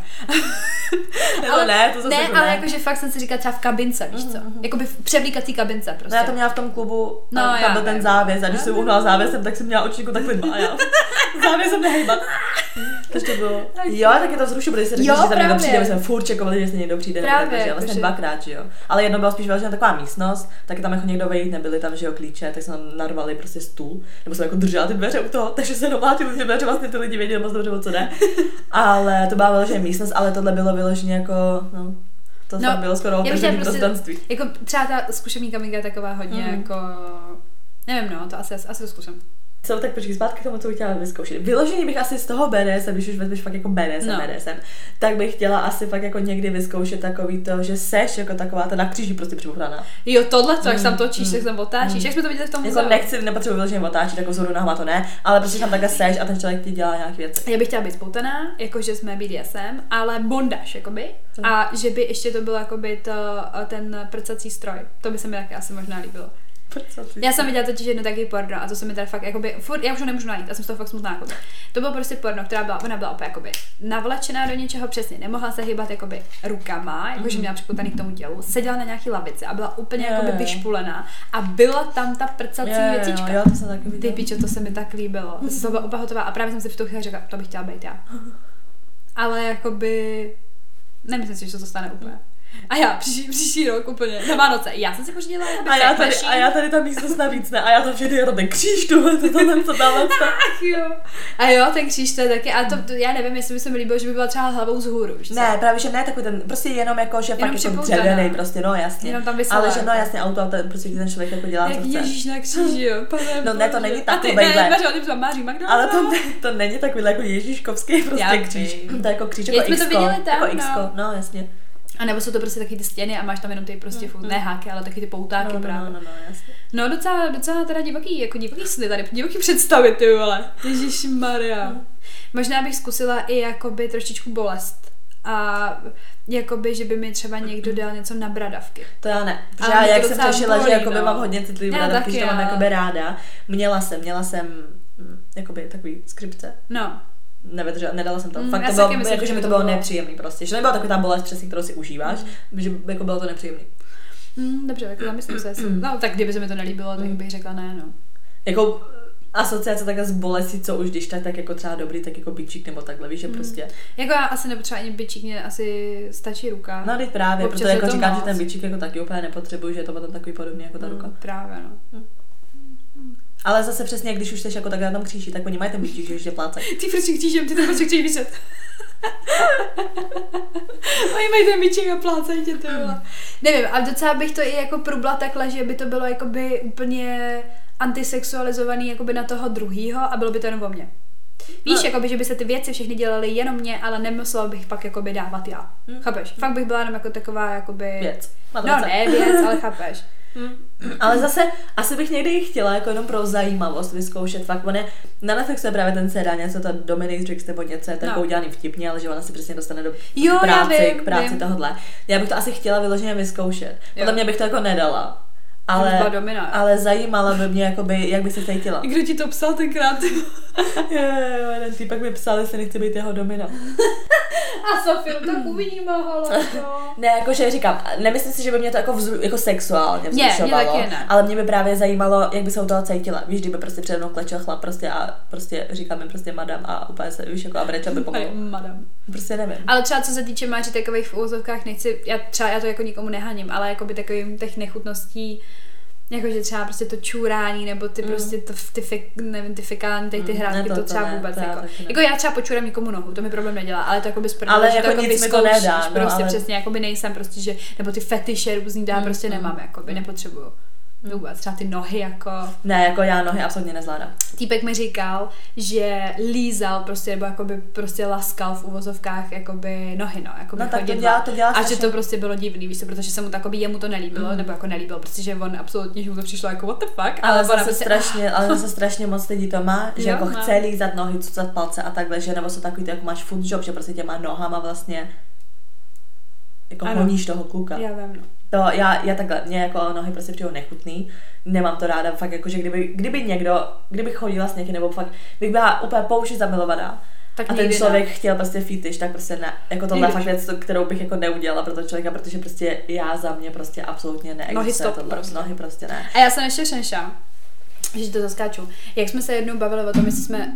[SPEAKER 2] ale ne, to zase
[SPEAKER 1] ne,
[SPEAKER 2] jako
[SPEAKER 1] ale
[SPEAKER 2] ne.
[SPEAKER 1] jakože fakt jsem si říkala třeba v kabince, víš co? Mm-hmm. Jakoby v převlíkací kabince prostě.
[SPEAKER 2] No, já to měla v tom klubu,
[SPEAKER 1] no,
[SPEAKER 2] tam
[SPEAKER 1] já,
[SPEAKER 2] byl ten
[SPEAKER 1] já,
[SPEAKER 2] závěs a když jsem uhnula závěsem, tak jsem měla očníku takhle dva a já závěsem nehejbat. Takže to bylo. Jo, tak je to vzrušilo, protože se řekli, že tam někdo přijde, my jsme furt čekovali, že se někdo přijde,
[SPEAKER 1] právě,
[SPEAKER 2] takže vlastně
[SPEAKER 1] že...
[SPEAKER 2] dvakrát, že jo. Ale jedno bylo spíš vlastně taková místnost, taky tam jako někdo vejít, nebyli tam, že jo, klíče, tak jsme tam narvali prostě stůl, nebo jsem jako držela ty dveře u toho, takže se domlátili ty dveře, vlastně ty lidi věděli moc dobře, o co jde. Ale to byla vyloženě místnost, ale tohle bylo vyloženě jako, no, to no, bylo skoro otevřený prostě, prostranství.
[SPEAKER 1] Jako třeba ta zkušební kaminka je taková hodně mm. jako, nevím no, to asi, asi to zkusím.
[SPEAKER 2] Co, tak počkej, zpátky k tomu, co bych chtěla vyzkoušet. Vyložení bych asi z toho bé dé es em, když už vezmeš fakt jako bé dé es em, no. bé dé es em, tak bych chtěla asi fakt jako někdy vyzkoušet takový to, že seš jako taková ta na kříži prostě přibuchraná.
[SPEAKER 1] Jo, tohle, co, jak mm, se tam točíš, mm, jak se tam otáčíš, mm. jak jsme to viděli v tom muzeu.
[SPEAKER 2] Jako nechci, nepotřebuji vyloženě otáčet, jako vzhůru nohama to ne, ale prostě tam takhle seš a ten člověk ti dělá nějaké věci.
[SPEAKER 1] Já bych chtěla být spoutaná, jakože jsme bé dé es em, ale bondaž, jakoby. Mm. A že by ještě to byl jakoby to, ten prcací stroj. To by se mi taky asi možná líbilo. Já jsem viděla totiž jedno taky porno a to se mi tady fakt jakoby, furt, já už ho nemůžu najít, já jsem z toho fakt smutná jakoby. To bylo prostě porno, která byla, ona byla opět jakoby navlečená do něčeho přesně, nemohla se hýbat jakoby rukama, jakože měla připutaný k tomu tělu, seděla na nějaký lavici a byla úplně je, jakoby vyšpulená a byla tam ta prcací je, věcička.
[SPEAKER 2] Jo, to jsem taky viděla.
[SPEAKER 1] Ty pičo, to se mi tak líbilo, to se byla úplně hotová a právě jsem si v tu chvíli řekla, to bych chtěla být já. Ale jakoby, nemyslím si, že to stane úplně. A já příští, příští rok úplně na Vánoce. Já jsem si pořídila
[SPEAKER 2] a já tady, a já tady ta místnost navíc ne. A já to všechny, já tam ten kříž, tohle, to tam, co tam,
[SPEAKER 1] Ach jo. A jo, ten kříž to je taky, a to, to já nevím, jestli by se mi líbilo, že by byla třeba hlavou vzhůru.
[SPEAKER 2] Ne, právě, že ne takový ten, prostě jenom jako, že jenom fakt jako dřevěnej, prostě, no jasně.
[SPEAKER 1] Jenom tam vysala,
[SPEAKER 2] ale že no jasně, auto, a ten, prostě ten člověk jako dělá,
[SPEAKER 1] jak
[SPEAKER 2] co chce.
[SPEAKER 1] Ježíš na kříži, jo.
[SPEAKER 2] No ne, to není takový.
[SPEAKER 1] Ne, ne, Máří Magdalena.
[SPEAKER 2] Ale to, ne, to není takový jako Ježíškovský prostě kříž. To je jako kříž jako X-ko. Jako X-ko, no jasně.
[SPEAKER 1] A nebo jsou to prostě taky ty stěny a máš tam jenom ty prostě mm, furt, mm. ne háky, ale taky ty poutáky
[SPEAKER 2] no, no,
[SPEAKER 1] právě.
[SPEAKER 2] No, no, no, jasně.
[SPEAKER 1] No docela, docela teda divoký, jako divoký sny tady, divoký představy, ty vole. Ježišmarja. Mm. Možná bych zkusila i jakoby trošičku bolest. A jakoby, že by mi třeba někdo dal něco na bradavky.
[SPEAKER 2] To já ne. Protože já, jak jsem řešila, že jakoby no. mám hodně citlivý bradavky, že to mám jakoby ráda. Měla jsem, měla jsem jakoby takový skripce.
[SPEAKER 1] No.
[SPEAKER 2] Nevydržela, nedala jsem to. Mm, Fakt to bylo, myslím, jako, že mi to bylo nepříjemný prostě. Že nebyla taková ta bolest přesně, kterou si užíváš, mm. že jako bylo to nepříjemný.
[SPEAKER 1] Mm, dobře, tak zamyslím se. No tak kdyby se mi to nelíbilo, tak bych řekla ne, no.
[SPEAKER 2] Jako asociace takhle z bolestí, co už když tak, tak jako třeba dobrý, tak jako bičík nebo takhle, víš, že mm. prostě.
[SPEAKER 1] Jako já asi nepotřeba ani bičík, mě asi stačí ruka.
[SPEAKER 2] No teď právě, protože jako říkám, moc. Že ten bičík jako taky úplně nepotřebuju, že je to potom takový podobný jako ta
[SPEAKER 1] mm,
[SPEAKER 2] ruka.
[SPEAKER 1] Právě, no.
[SPEAKER 2] Mm. Ale zase přesně, když už jsi jako tak na tom kříži, tak oni mají ten bičík, že už je plácají.
[SPEAKER 1] Ty prostě křížem, ty to prostě chtějí vyset. Oni mají ten bičík a plácají tě, ty vole. Nevím, ale docela bych to i jako prubla takhle, že by to bylo jakoby úplně antisexualizovaný jakoby na toho druhýho a bylo by to jenom o mně. Víš, no. Jakoby, že by se ty věci všechny dělaly jenom mě, ale nemusela bych pak jakoby dávat já. Hmm. Chápeš? Fakt bych byla jenom jako taková jakoby...
[SPEAKER 2] Věc.
[SPEAKER 1] No ne věc, ale chápeš.
[SPEAKER 2] Hmm. Ale zase asi bych někdy chtěla jako jenom pro zajímavost vyzkoušet fakt, on je, na Netflixu je právě ten seriál, něco to Dominatrix nebo něco, je to jako udělaný vtipně, ale že ona si přesně dostane do
[SPEAKER 1] jo,
[SPEAKER 2] práce,
[SPEAKER 1] vím,
[SPEAKER 2] k práci
[SPEAKER 1] vím.
[SPEAKER 2] Tohodle. Já bych to asi chtěla vyloženě vyzkoušet. Podle mě bych to jako nedala. Ale, ale zajímala by mě, jakoby, jak by se cítila.
[SPEAKER 1] Kdo ti to psal tenkrát?
[SPEAKER 2] jo, jo, jeden týpek mi psal, jestli nechci být jeho domina.
[SPEAKER 1] A Sofie, tak uvidíme, halo.
[SPEAKER 2] Ne, jakože říkám, nemyslím si, že by mě to jako, vzru, jako sexuálně
[SPEAKER 1] vzrušovalo,
[SPEAKER 2] ale mě by právě zajímalo, jak by se u toho cítila. Víš, kdyby prostě přede mnou klečel chlap prostě a prostě říká mi prostě madam a úplně se, víš, jako a brečel by pomalu.
[SPEAKER 1] Madam.
[SPEAKER 2] Prostě nevím.
[SPEAKER 1] Ale třeba co se týče máří takových v úvozovkách, nechci, já třeba já to jako nikomu nehaním, ale jako by takovým těch nechutností Jakože třeba prostě to čůrání, nebo ty mm. prostě to, ty, fik, nevím, ty fikální, ty, ty
[SPEAKER 2] mm,
[SPEAKER 1] hrátky,
[SPEAKER 2] to,
[SPEAKER 1] to,
[SPEAKER 2] to
[SPEAKER 1] třeba
[SPEAKER 2] ne,
[SPEAKER 1] vůbec
[SPEAKER 2] to
[SPEAKER 1] jako. Jako já třeba počůrám někomu nohu, to mi problém nedělá, ale to jako by sprdele,
[SPEAKER 2] ale
[SPEAKER 1] že
[SPEAKER 2] jako
[SPEAKER 1] to jako
[SPEAKER 2] nic mi to
[SPEAKER 1] vyzkoušíš,
[SPEAKER 2] nedá, no,
[SPEAKER 1] prostě
[SPEAKER 2] ale...
[SPEAKER 1] přesně, jako by nejsem prostě, že, nebo ty fetiše různý dá, mm, prostě mm. nemám, jako by nepotřebuju.
[SPEAKER 2] Mm.
[SPEAKER 1] Vůbec, třeba ty nohy jako...
[SPEAKER 2] Ne, jako já nohy absolutně nezvládám.
[SPEAKER 1] Týpek mi říkal, že lízal prostě, nebo jakoby prostě laskal v uvozovkách jakoby nohy, no, jakoby
[SPEAKER 2] no, tak
[SPEAKER 1] chodidla.
[SPEAKER 2] to dělá, to dělá
[SPEAKER 1] a že to prostě bylo divný, víš co, protože se mu takoby jemu to nelíbilo, mm. nebo jako nelíbilo, protože on absolutně, že mu to přišlo jako what the fuck.
[SPEAKER 2] Ale, ale zase prostě, strašně, ale zase strašně moc lidí to má, že jo, jako má. Chce lízat nohy, cucat palce a takhle, že nebo jsou takový ty, jako máš foot job, že prostě těma nohama vlastně jako ano. honíš toho kluka.
[SPEAKER 1] Já vím, no.
[SPEAKER 2] To já, já takhle, mě jako nohy prostě přijou nechutný, nemám to ráda, fakt jako, že kdyby, kdyby někdo, kdybych chodila s někým, nebo fakt bych byla úplně pouši zamilovaná tak a ten člověk ne. chtěl prostě fetiš, tak prostě ne, jako tohle fakt věc, kterou bych jako neudělala pro toho člověka, protože prostě já za mě prostě absolutně neexistuje.
[SPEAKER 1] Nohy stop
[SPEAKER 2] tohle,
[SPEAKER 1] prostě.
[SPEAKER 2] Nohy prostě ne.
[SPEAKER 1] A já jsem ještě šenša, že to zaskáču, jak jsme se jednou bavili o tom, jestli jsme,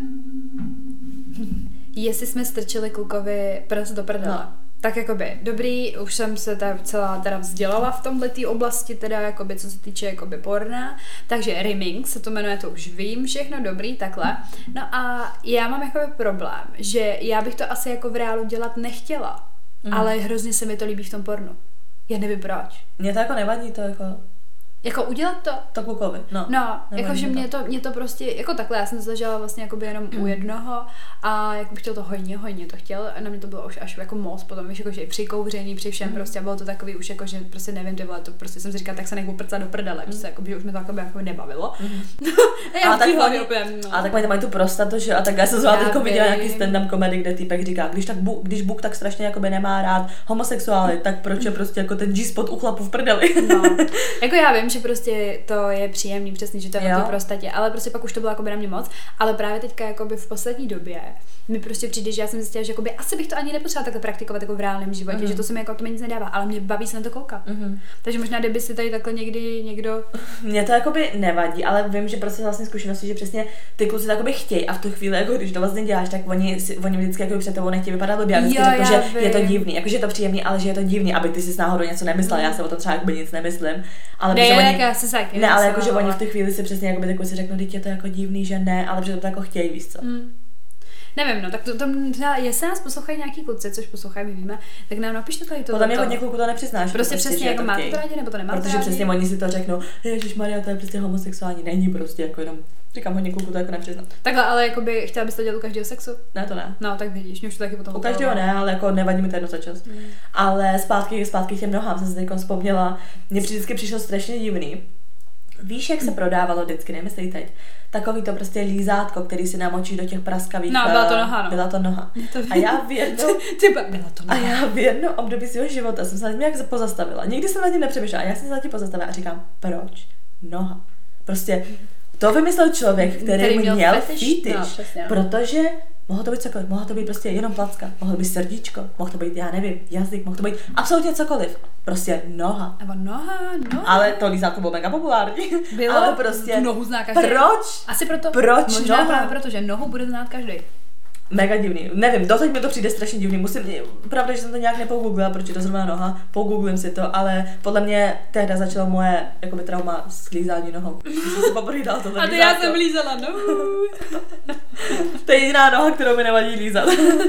[SPEAKER 1] jestli jsme strčili klukovi prst do prdele. No. Tak jakoby dobrý, už jsem se ta celá teda vzdělala v tomhletý oblasti, teda jakoby co se týče jakoby porna, takže rimming se to jmenuje, to už vím, všechno dobrý, takhle. No a já mám jakoby problém, že já bych to asi jako v reálu dělat nechtěla, mm. ale hrozně se mi to líbí v tom pornu. Já nevím proč.
[SPEAKER 2] Mně to jako nevadí, to jako...
[SPEAKER 1] Jako udělat to?
[SPEAKER 2] To klukovi, no.
[SPEAKER 1] No, jakože mě to, mě to prostě, jako takhle, já jsem to zažila vlastně jakoby jenom mm. u jednoho a jako bych chtěl to hodně, hodně to chtěl a na mě to bylo už až jako moc, potom víš, jakože i při kouření, při všem mm. prostě a bylo to takový už jako, že prostě nevím, ty vole, to prostě jsem si říkala, tak se nech oprcat do prdele, mm. prostě jako, že už mě to jako, jako nebavilo. Mm. a já
[SPEAKER 2] tak
[SPEAKER 1] hlavě opět, no.
[SPEAKER 2] A tak mají, mají tu prostatu, že a tak já jsem zvala teď viděla nějaký stand-up comedy, kde týpek říká, když tak bu, když Bůh tak strašně jakoby nemá rád homosexuály, tak proč je prostě jako ten G-spot u chlapu v prdeli.
[SPEAKER 1] No. Jako já vím, že prostě to je příjemný, přesně, že to je v prostatě, ale prostě pak už to bylo jakoby na mě moc, ale právě teďka jakoby v poslední době mi prostě přijde, že já jsem zjistila, že jakoby asi bych to ani nepotřebovala takhle praktikovat jako v reálném životě, mm. že to se mi jako to mi nic nedává, ale mě baví se na to koukat. Mm. Takže možná, kdyby si tady takhle někdy někdo...
[SPEAKER 2] Mně to jakoby nevadí, ale vím, že prostě vlastně zkušenosti, že přesně ty kluci to jakoby chtějí a v tu chvíli, jako když to vlastně děláš, tak oni, oni vždycky jako před tebou nechtějí vypadat blbě, já vždycky řeknu, že vím. Je to divný, jakože je to příjemný, ale že je to divný, aby ty si náhodou něco nemyslela, mm. já se o tom třeba jakoby nic nemyslím, ale
[SPEAKER 1] ne,
[SPEAKER 2] oni,
[SPEAKER 1] já se saky,
[SPEAKER 2] ne, ale jako, že oni v tu chvíli si přesně jakoby takový si řeknou, teď je to jako divný, že ne, ale že to jako chtějí, víš co. Mm.
[SPEAKER 1] Nevím, no, tak to, to třeba, jestli nás poslouchají nějaký kluci, což poslouchají, my víme, tak nám napište tady to.
[SPEAKER 2] Potom je hodně kluků to nepřiznáš.
[SPEAKER 1] Prostě přesně, jako máte to rádi, nebo to nemáte
[SPEAKER 2] Protože rádi. Přesně oni si to řeknou, ježišmarja, to je prostě homosexuální, není prostě jako jenom, říkám, hodně kluků to jako nepřizná.
[SPEAKER 1] Takhle, ale jakoby, chtěla bys to dělat u každého sexu?
[SPEAKER 2] Ne, to ne.
[SPEAKER 1] No, tak vidíš, mě už to taky potom.
[SPEAKER 2] U každého ne, ale jako nevadí mi to jedno za čas. Hmm. Ale zpátky, zpátky k těm nohám jsem se teď vzpomněla, mně vždycky přišlo strašně divný. Víš, jak se prodávalo vždycky, nemyslí teď? Takový to prostě lízátko, který si namočí do těch praskavých...
[SPEAKER 1] No, byla to noha, no.
[SPEAKER 2] Byla to noha. To a já v jedno...
[SPEAKER 1] Tyba, byla to noha.
[SPEAKER 2] A já v jedno období svého života jsem se nad tím jak pozastavila. Nikdy jsem nad tím nepřemýšlela. A já jsem se nad tím pozastavila a říkám, proč? Noha. Prostě to vymyslel člověk, který, který měl, měl fetiš, no, přesně, no. Protože mohlo to být cokoliv, mohlo to být prostě jenom placka, mohlo to být srdíčko, mohlo to být, já nevím, jazyk, mohlo to být absolutně cokoliv. Prostě noha.
[SPEAKER 1] Nebo noha, noha.
[SPEAKER 2] Ale to lízátko bylo mega populární.
[SPEAKER 1] Bylo,
[SPEAKER 2] ale prostě
[SPEAKER 1] nohu zná každý.
[SPEAKER 2] Proč?
[SPEAKER 1] Asi proto,
[SPEAKER 2] proč
[SPEAKER 1] možná
[SPEAKER 2] noha?
[SPEAKER 1] právě proto, že nohu bude znát každý.
[SPEAKER 2] Mega divný. Nevím, doteď mi to přijde strašně divný. Musím, pravda, že jsem to nějak nepogooglila, proč je to zrovna noha, pogooglím si to, ale podle mě tehda začalo moje jakoby trauma s lízání nohou. Jsem si poprvé dala tohle.
[SPEAKER 1] A ty já jsem lízala nohu.
[SPEAKER 2] To je jediná noha, kterou mi nevadí lízat.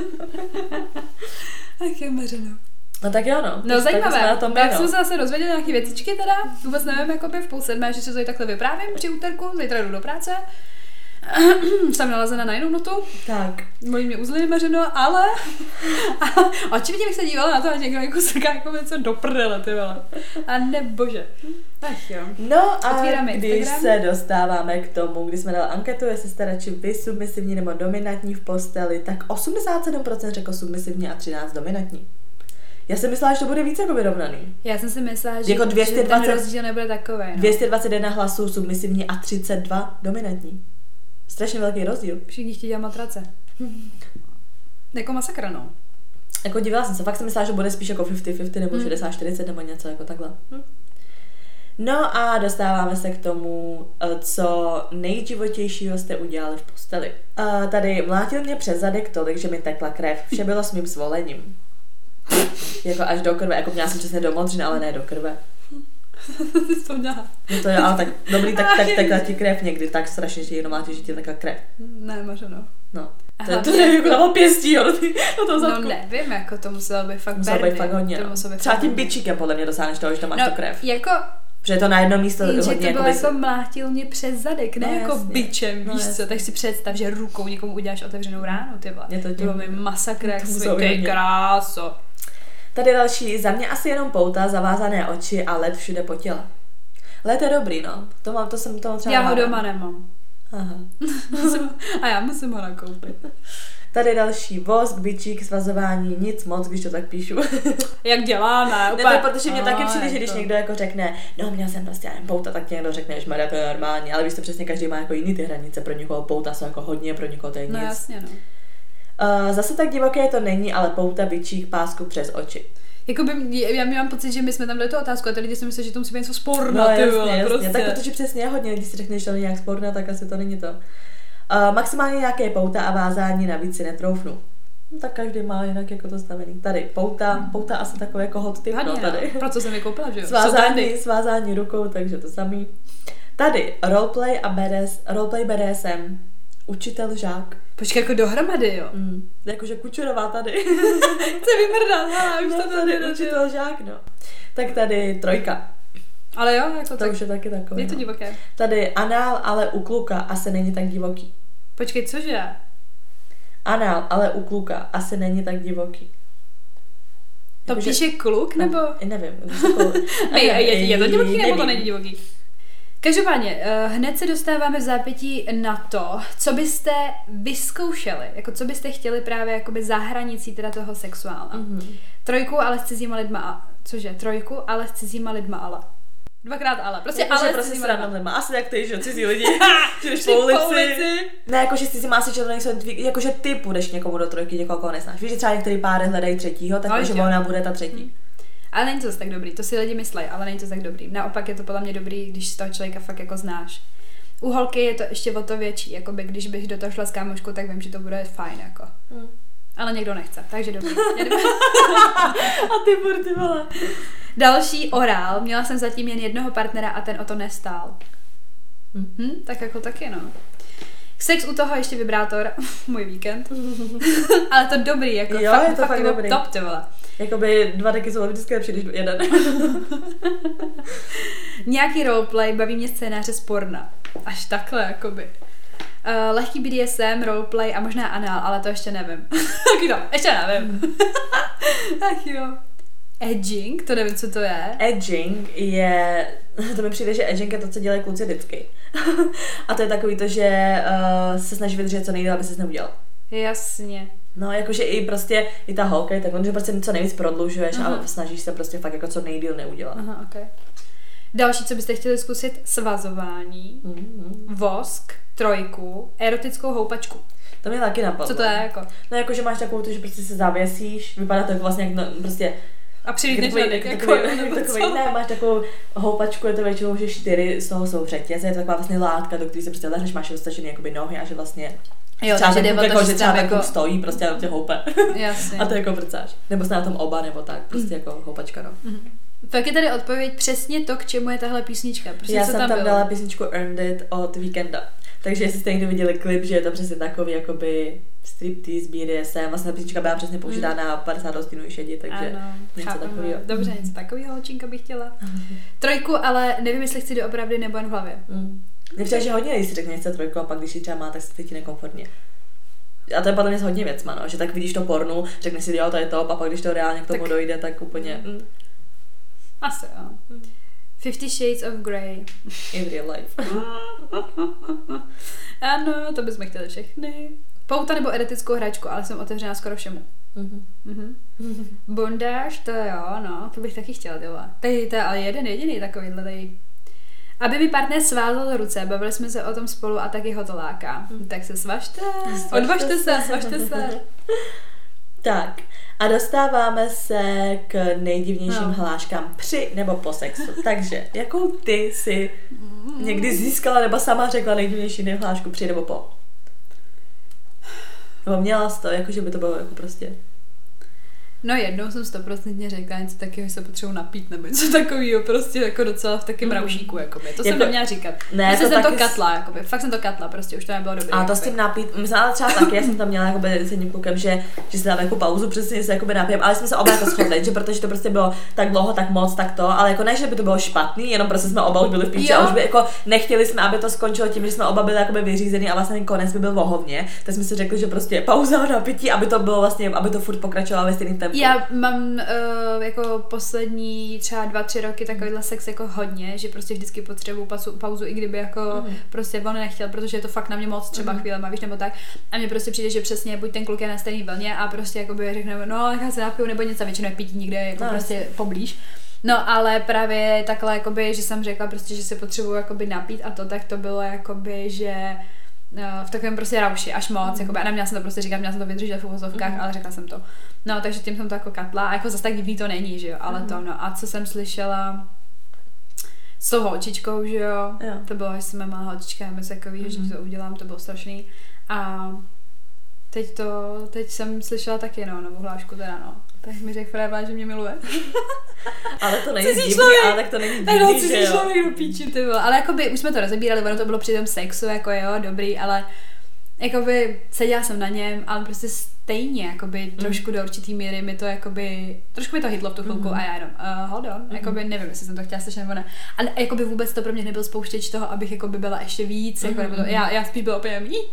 [SPEAKER 1] Ach je mařeno.
[SPEAKER 2] No tak jo, no.
[SPEAKER 1] No zajímavé. Tak, tak jsme se zase dozvěděli nějaké věcičky teda. Vůbec nevím, jakoby v půl sedmé, že se tady takhle vyprávím při úterku, zítra jdu do práce. Jsem nalezena na jinou notu.
[SPEAKER 2] Tak.
[SPEAKER 1] Mojí mě uzly mařeno, ale očividně bych se dívala na to, že někdo jako srká jako něco do prdele, ty vole. A nebože. Ach jo.
[SPEAKER 2] No a když se dostáváme k tomu, když jsme dali anketu, jestli jste radši vy submisivní nebo dominantní v posteli, tak osmdesát sedm procent řekl submisivní a třináct procent dominantní. Já jsem myslela, že to bude víc jako vyrovnaný.
[SPEAKER 1] Já jsem si myslela, že,
[SPEAKER 2] jako dvě stě dvacet,
[SPEAKER 1] že ten rozdíl nebude takový. No.
[SPEAKER 2] dvě stě dvacet jedna hlasů submisivní a třicet dva dominantní. Strašně velký rozdíl.
[SPEAKER 1] Všichni chtějí dělat matrace. Jako masakra, no.
[SPEAKER 2] Jako divila jsem se, fakt jsem myslela, že bude spíš jako padesát padesát nebo mm. šedesát čtyřicet nebo něco jako takhle. Hm. No a dostáváme se k tomu, co nejživotějšího jste udělali v posteli. A tady mlátil mě přes zadek tolik, že mi tekla krev. Vše bylo s mým svolením. Jako až do krve, jako měla jsem přesně do modřiny, ale ne do krve.
[SPEAKER 1] Jsi vzpomněla.
[SPEAKER 2] No to je, ale tak dobrý, tak, tak tekla ti krev někdy tak strašně, že jenom máte, že ti taká krev.
[SPEAKER 1] Ne, možná.
[SPEAKER 2] No. To, to je jako dával pěstí, jo, do toho zadku.
[SPEAKER 1] No nevím, jako to muselo být fakt
[SPEAKER 2] muselo
[SPEAKER 1] berny.
[SPEAKER 2] být fakt hodně,
[SPEAKER 1] to
[SPEAKER 2] no.
[SPEAKER 1] Být
[SPEAKER 2] třeba
[SPEAKER 1] fakt
[SPEAKER 2] tím
[SPEAKER 1] hodně.
[SPEAKER 2] bičíkem podle mě dosáhneš toho, že tam máš
[SPEAKER 1] no,
[SPEAKER 2] tu krev.
[SPEAKER 1] jako...
[SPEAKER 2] Že je to na jedno místo
[SPEAKER 1] Jenže
[SPEAKER 2] hodně
[SPEAKER 1] to bylo
[SPEAKER 2] jako...
[SPEAKER 1] jako mlátil mě přes zadek, ne
[SPEAKER 2] no,
[SPEAKER 1] jako
[SPEAKER 2] jasně.
[SPEAKER 1] bičem,
[SPEAKER 2] no,
[SPEAKER 1] víš
[SPEAKER 2] jasně.
[SPEAKER 1] co, tak si představ, že rukou někomu uděláš otevřenou ránu, ty vole.
[SPEAKER 2] Je to
[SPEAKER 1] bylo mi masakr, jak ty kráso.
[SPEAKER 2] Tady další, za mě asi jenom pouta, zavázané oči a led všude po těle. Led je dobrý, no. To mám, to jsem toho třeba...
[SPEAKER 1] Já ho doma nemám.
[SPEAKER 2] Aha.
[SPEAKER 1] A já musím ho nakoupit.
[SPEAKER 2] Tady další, vosk, bičík, svazování, nic moc, když to tak píšu.
[SPEAKER 1] Jak děláme?
[SPEAKER 2] Ne, to, protože mě taky přijde, že když někdo jako řekne, no měl jsem prostě jen pouta, tak ti někdo řekne, že Maria, to je normální, ale víš to přesně, každý má jako jiný ty hranice, pro někoho pouta jsou jako hodně, pro někoho to je nic.
[SPEAKER 1] No jasně, no.
[SPEAKER 2] Uh, zase tak divoké to není, ale pouta, bičík, pásku přes oči.
[SPEAKER 1] Jakoby, já mám pocit, že my jsme tam dali tu otázku a ty lidi si myslí, že to musí být něco sporná,
[SPEAKER 2] no,
[SPEAKER 1] ty
[SPEAKER 2] jasně,
[SPEAKER 1] vole,
[SPEAKER 2] jasně.
[SPEAKER 1] prostě.
[SPEAKER 2] Tak protože přesně hodně, když si řekne, že to není nějak sporná, tak asi to není to. Uh, maximálně nějaké pouta a vázání, navíc si netroufnu. No, tak každý má jinak jako to stavený. Tady pouta, pouta asi takový jako hot tip, no, tady.
[SPEAKER 1] No. Proto jsem je koupila, že jo?
[SPEAKER 2] Svázání, svázání rukou, takže to samý. Tady roleplay a B D S, roleplay B D S M, učitel, žák.
[SPEAKER 1] Počkej, jako dohromady, jo?
[SPEAKER 2] Mm. Jakože Kučerová tady.
[SPEAKER 1] Se vymrdá, ale už
[SPEAKER 2] no,
[SPEAKER 1] to
[SPEAKER 2] tady
[SPEAKER 1] tady
[SPEAKER 2] učitel, žák, no. Tak tady trojka.
[SPEAKER 1] Ale jo, jako
[SPEAKER 2] to
[SPEAKER 1] tak.
[SPEAKER 2] už je taky takový.
[SPEAKER 1] Je to
[SPEAKER 2] no.
[SPEAKER 1] divoké.
[SPEAKER 2] Tady anál, ale u kluka asi není tak divoký.
[SPEAKER 1] Počkej, cože?
[SPEAKER 2] Anál, ale u kluka asi není tak divoký.
[SPEAKER 1] To
[SPEAKER 2] Jakože,
[SPEAKER 1] píše kluk, nebo?
[SPEAKER 2] No, nevím. Jako,
[SPEAKER 1] je, je, je to divoký, nebo to
[SPEAKER 2] nevím.
[SPEAKER 1] není divoký? Každopádně, hned se dostáváme v zápětí na to, co byste vyzkoušeli, jako co byste chtěli právě jakoby za hranicí teda toho sexuálna.
[SPEAKER 2] Mm-hmm.
[SPEAKER 1] Trojku, ale s cizíma lidma, a, cože, trojku, ale s cizíma lidma, ale. Dvakrát ale, prostě
[SPEAKER 2] jako,
[SPEAKER 1] ale s
[SPEAKER 2] prostě
[SPEAKER 1] cizíma
[SPEAKER 2] s random lidma. Asi jak ty, že cizí lidi, že jdeš
[SPEAKER 1] Při
[SPEAKER 2] po ulici.
[SPEAKER 1] po ulici.
[SPEAKER 2] Ne, jakože s cizíma asi, že to nejsou, jakože ty půjdeš někomu do trojky, někoho, koho neznáš. Víš, že třeba některý páry hledají třetího, tak
[SPEAKER 1] No,
[SPEAKER 2] že ona bude ta třetí.
[SPEAKER 1] Hmm. Ale není to zase tak dobrý, to si lidi myslí, ale není to tak dobrý. Naopak je to podle mě dobrý, když z toho člověka fakt jako znáš. U holky je to ještě o to větší, jakoby když bych do toho šla s kámoškou, tak vím, že to bude fajn, jako. Hmm. Ale někdo nechce, takže dobrý.
[SPEAKER 2] A ty furt, ty vole.
[SPEAKER 1] Další orál, měla jsem zatím jen jednoho partnera a ten o to nestál. Hmm. Hm, tak jako taky, no. Sex u toho ještě vibrátor, můj víkend. Ale to dobrý, jako
[SPEAKER 2] jo,
[SPEAKER 1] fakt,
[SPEAKER 2] je to
[SPEAKER 1] fakt,
[SPEAKER 2] fakt
[SPEAKER 1] jako
[SPEAKER 2] dobrý.
[SPEAKER 1] top, ty vole.
[SPEAKER 2] Jakoby dva deky jsou vždycky lepší než jeden.
[SPEAKER 1] Nějaký roleplay, baví mě scénáře z porna. Až takhle, jakoby. Uh, lehký B D S M, roleplay a možná anal, ale to ještě nevím. Taky to, ještě nevím. Ach jo. Edging, to nevím, co to je.
[SPEAKER 2] Edging je, to mi přijde, že edging je to, co dělají kluci vždycky. A to je takový to, že uh, se snaží vydržet co nejdéle, aby ses neudělal.
[SPEAKER 1] Jasně.
[SPEAKER 2] No, jakože i prostě, i ta holka, tak on, že prostě co nejvíc prodlužuješ
[SPEAKER 1] Aha.
[SPEAKER 2] a snažíš se prostě fakt jako co nejdýl neudělat.
[SPEAKER 1] Aha, okay. Další, co byste chtěli zkusit, svazování, mm-hmm. vosk, trojku, erotickou houpačku.
[SPEAKER 2] To mě taky napadlo.
[SPEAKER 1] Co to je jako?
[SPEAKER 2] No, jakože máš takovou to, že prostě se zavěsíš, vypadá to jako vlastně jak no, prostě...
[SPEAKER 1] A přilítneš na dek, jako,
[SPEAKER 2] takový, jako, takový, ne, máš takovou houpačku, je to většinou, že čtyři z toho jsou řetězy, je to taková vlastně látka, do které se prostě lehneš, máš roztažený jakoby nohy a že vlastně...
[SPEAKER 1] Jo,
[SPEAKER 2] třeba
[SPEAKER 1] takže jde o to,
[SPEAKER 2] jako,
[SPEAKER 1] že
[SPEAKER 2] třeba
[SPEAKER 1] jako...
[SPEAKER 2] jako stojí prostě na tě houpe.
[SPEAKER 1] Jasně.
[SPEAKER 2] A to jako prcáš. Nebo jste na tom oba, nebo tak, prostě mm. jako houpačka, no.
[SPEAKER 1] Mm. Tak je tady odpověď přesně to, k čemu je tahle písnička. Prostě
[SPEAKER 2] Já
[SPEAKER 1] co
[SPEAKER 2] jsem tam,
[SPEAKER 1] tam
[SPEAKER 2] tam dala písničku Earned It od Weekenda. Takže jestli jste někdy viděli klip, že je to přesně takový jakoby striptease, B D S M, vlastně ta písnička byla přesně použitá mm. na padesát odstínů šedi, takže
[SPEAKER 1] ano,
[SPEAKER 2] něco
[SPEAKER 1] chápeme.
[SPEAKER 2] takového.
[SPEAKER 1] Dobře, něco takového holčinka bych chtěla. Trojku, ale nevím, jestli chci doopravdy nebo jen v hlavě.
[SPEAKER 2] Mm. Mně přijde, že hodně lidí si řekne, že chce trojku a pak když ji třeba má, tak se cítí nekomfortně. A to je podle mě s hodně věcma, no, že tak vidíš to pornu, řekne si, jo, to je top, a pak když to reálně k tomu tak... dojde, tak úplně... Mm.
[SPEAKER 1] Asi jo. Mm. Fifty Shades of Grey.
[SPEAKER 2] In real life.
[SPEAKER 1] Ano, to bychom chtěli všechny. Pouta nebo erotickou hračku, ale jsem otevřená skoro všemu. Mm-hmm. Mm-hmm. Bondáž, to jo, no, to bych taky chtěla dělat. Tady to je ale jeden jediný takovýhle tady. Aby mi partner svázal ruce, bavili jsme se o tom spolu a taky ho to láká. Mm. Tak se svažte, svažte odvažte se, se svažte se.
[SPEAKER 2] Tak, a dostáváme se k nejdivnějším
[SPEAKER 1] no.
[SPEAKER 2] hláškám při nebo po sexu. Takže, jakou ty si někdy získala nebo sama řekla nejdivnější hlášku při nebo po? Nebo měla jsi to, jako že by to bylo jako prostě...
[SPEAKER 1] No jednou jsem stoprocentně řekla něco takového, že se potřebuji napít nebo něco takového, prostě jako docela v takém mm. raušíku, jakoby. To jako, jsem neměla říkat. Ne, prostě to jsem to katla, jakoby. Fakt jsem to katla, prostě už to nebylo dobré.
[SPEAKER 2] A to s tím napít, myslím, ale třeba taky, já jsem tam měla jakoby s jedním klukem, že, že si dáme jako pauzu, přesně se jakoby napijem, ale jsme se oba jako shodli, že protože to prostě bylo tak dlouho, tak moc, tak to, ale jako ne, že by to bylo špatný, jenom prostě jsme oba už byli v píči a už by jako nechtěli jsme, aby to skončilo tím, že jsme oba byli jakoby vyřízený a vlastně ten konec by byl vohovně, tak jsme si řekli, že prostě pauza na pití, aby to bylo vlastně, aby to furt pokračovalo ve stejném tempu.
[SPEAKER 1] Já mám uh, jako poslední třeba dva, tři roky takovýhle sex jako hodně, že prostě vždycky potřebuju pauzu, pauzu i kdyby jako mm. prostě on nechtěl, protože je to fakt na mě moc třeba mm. chvíle, víš, nebo tak. A mně prostě přijde, že přesně buď ten kluk je na stejný vlně a prostě jakoby řekne, no, nechá se napiju, nebo něco, většinou je pití někde jako no, prostě poblíž. No, ale právě takhle, jakoby, že jsem řekla prostě, že se potřebuju jakoby napít a to, tak to bylo jakoby, že v takovém prostě rauši, až moc, mm. jakoby, a neměla jsem to prostě říkat, měla jsem to vydržet v uvozovkách, mm. ale řekla jsem to. No, takže tím jsem to jako katla a jako zase tak divný to není, že jo, ale mm. to, no, a co jsem slyšela s tou holčičkou, že jo, jo. To bylo, že jsme malá holčička, já myslím takový, mm. že to udělám, to bylo strašný a teď to, teď jsem slyšela taky, no, novou hlášku teda, no. Tak mi řekl Fréva, že mě miluje.
[SPEAKER 2] Ale to není divný, ale tak to není divný,
[SPEAKER 1] no, že jo. Člověk do píči, ty vole. Ale jakoby, už jsme to rozebírali, ono to bylo při tom sexu, jako jo, dobrý, ale jakoby seděla jsem na něm, ale prostě stejně, jakoby mm. trošku do určitý míry mi to jakoby, trošku mi to hitlo v tu chvilku mm. a já jenom, uh, hold on, mm. jakoby nevím, jestli jsem to chtěla slyšet nebo ne. Ale jakoby vůbec to pro mě nebyl spouštěč toho, abych jakoby byla ještě víc, mm. jako, nebo to, já, já spíš byla úplně mý.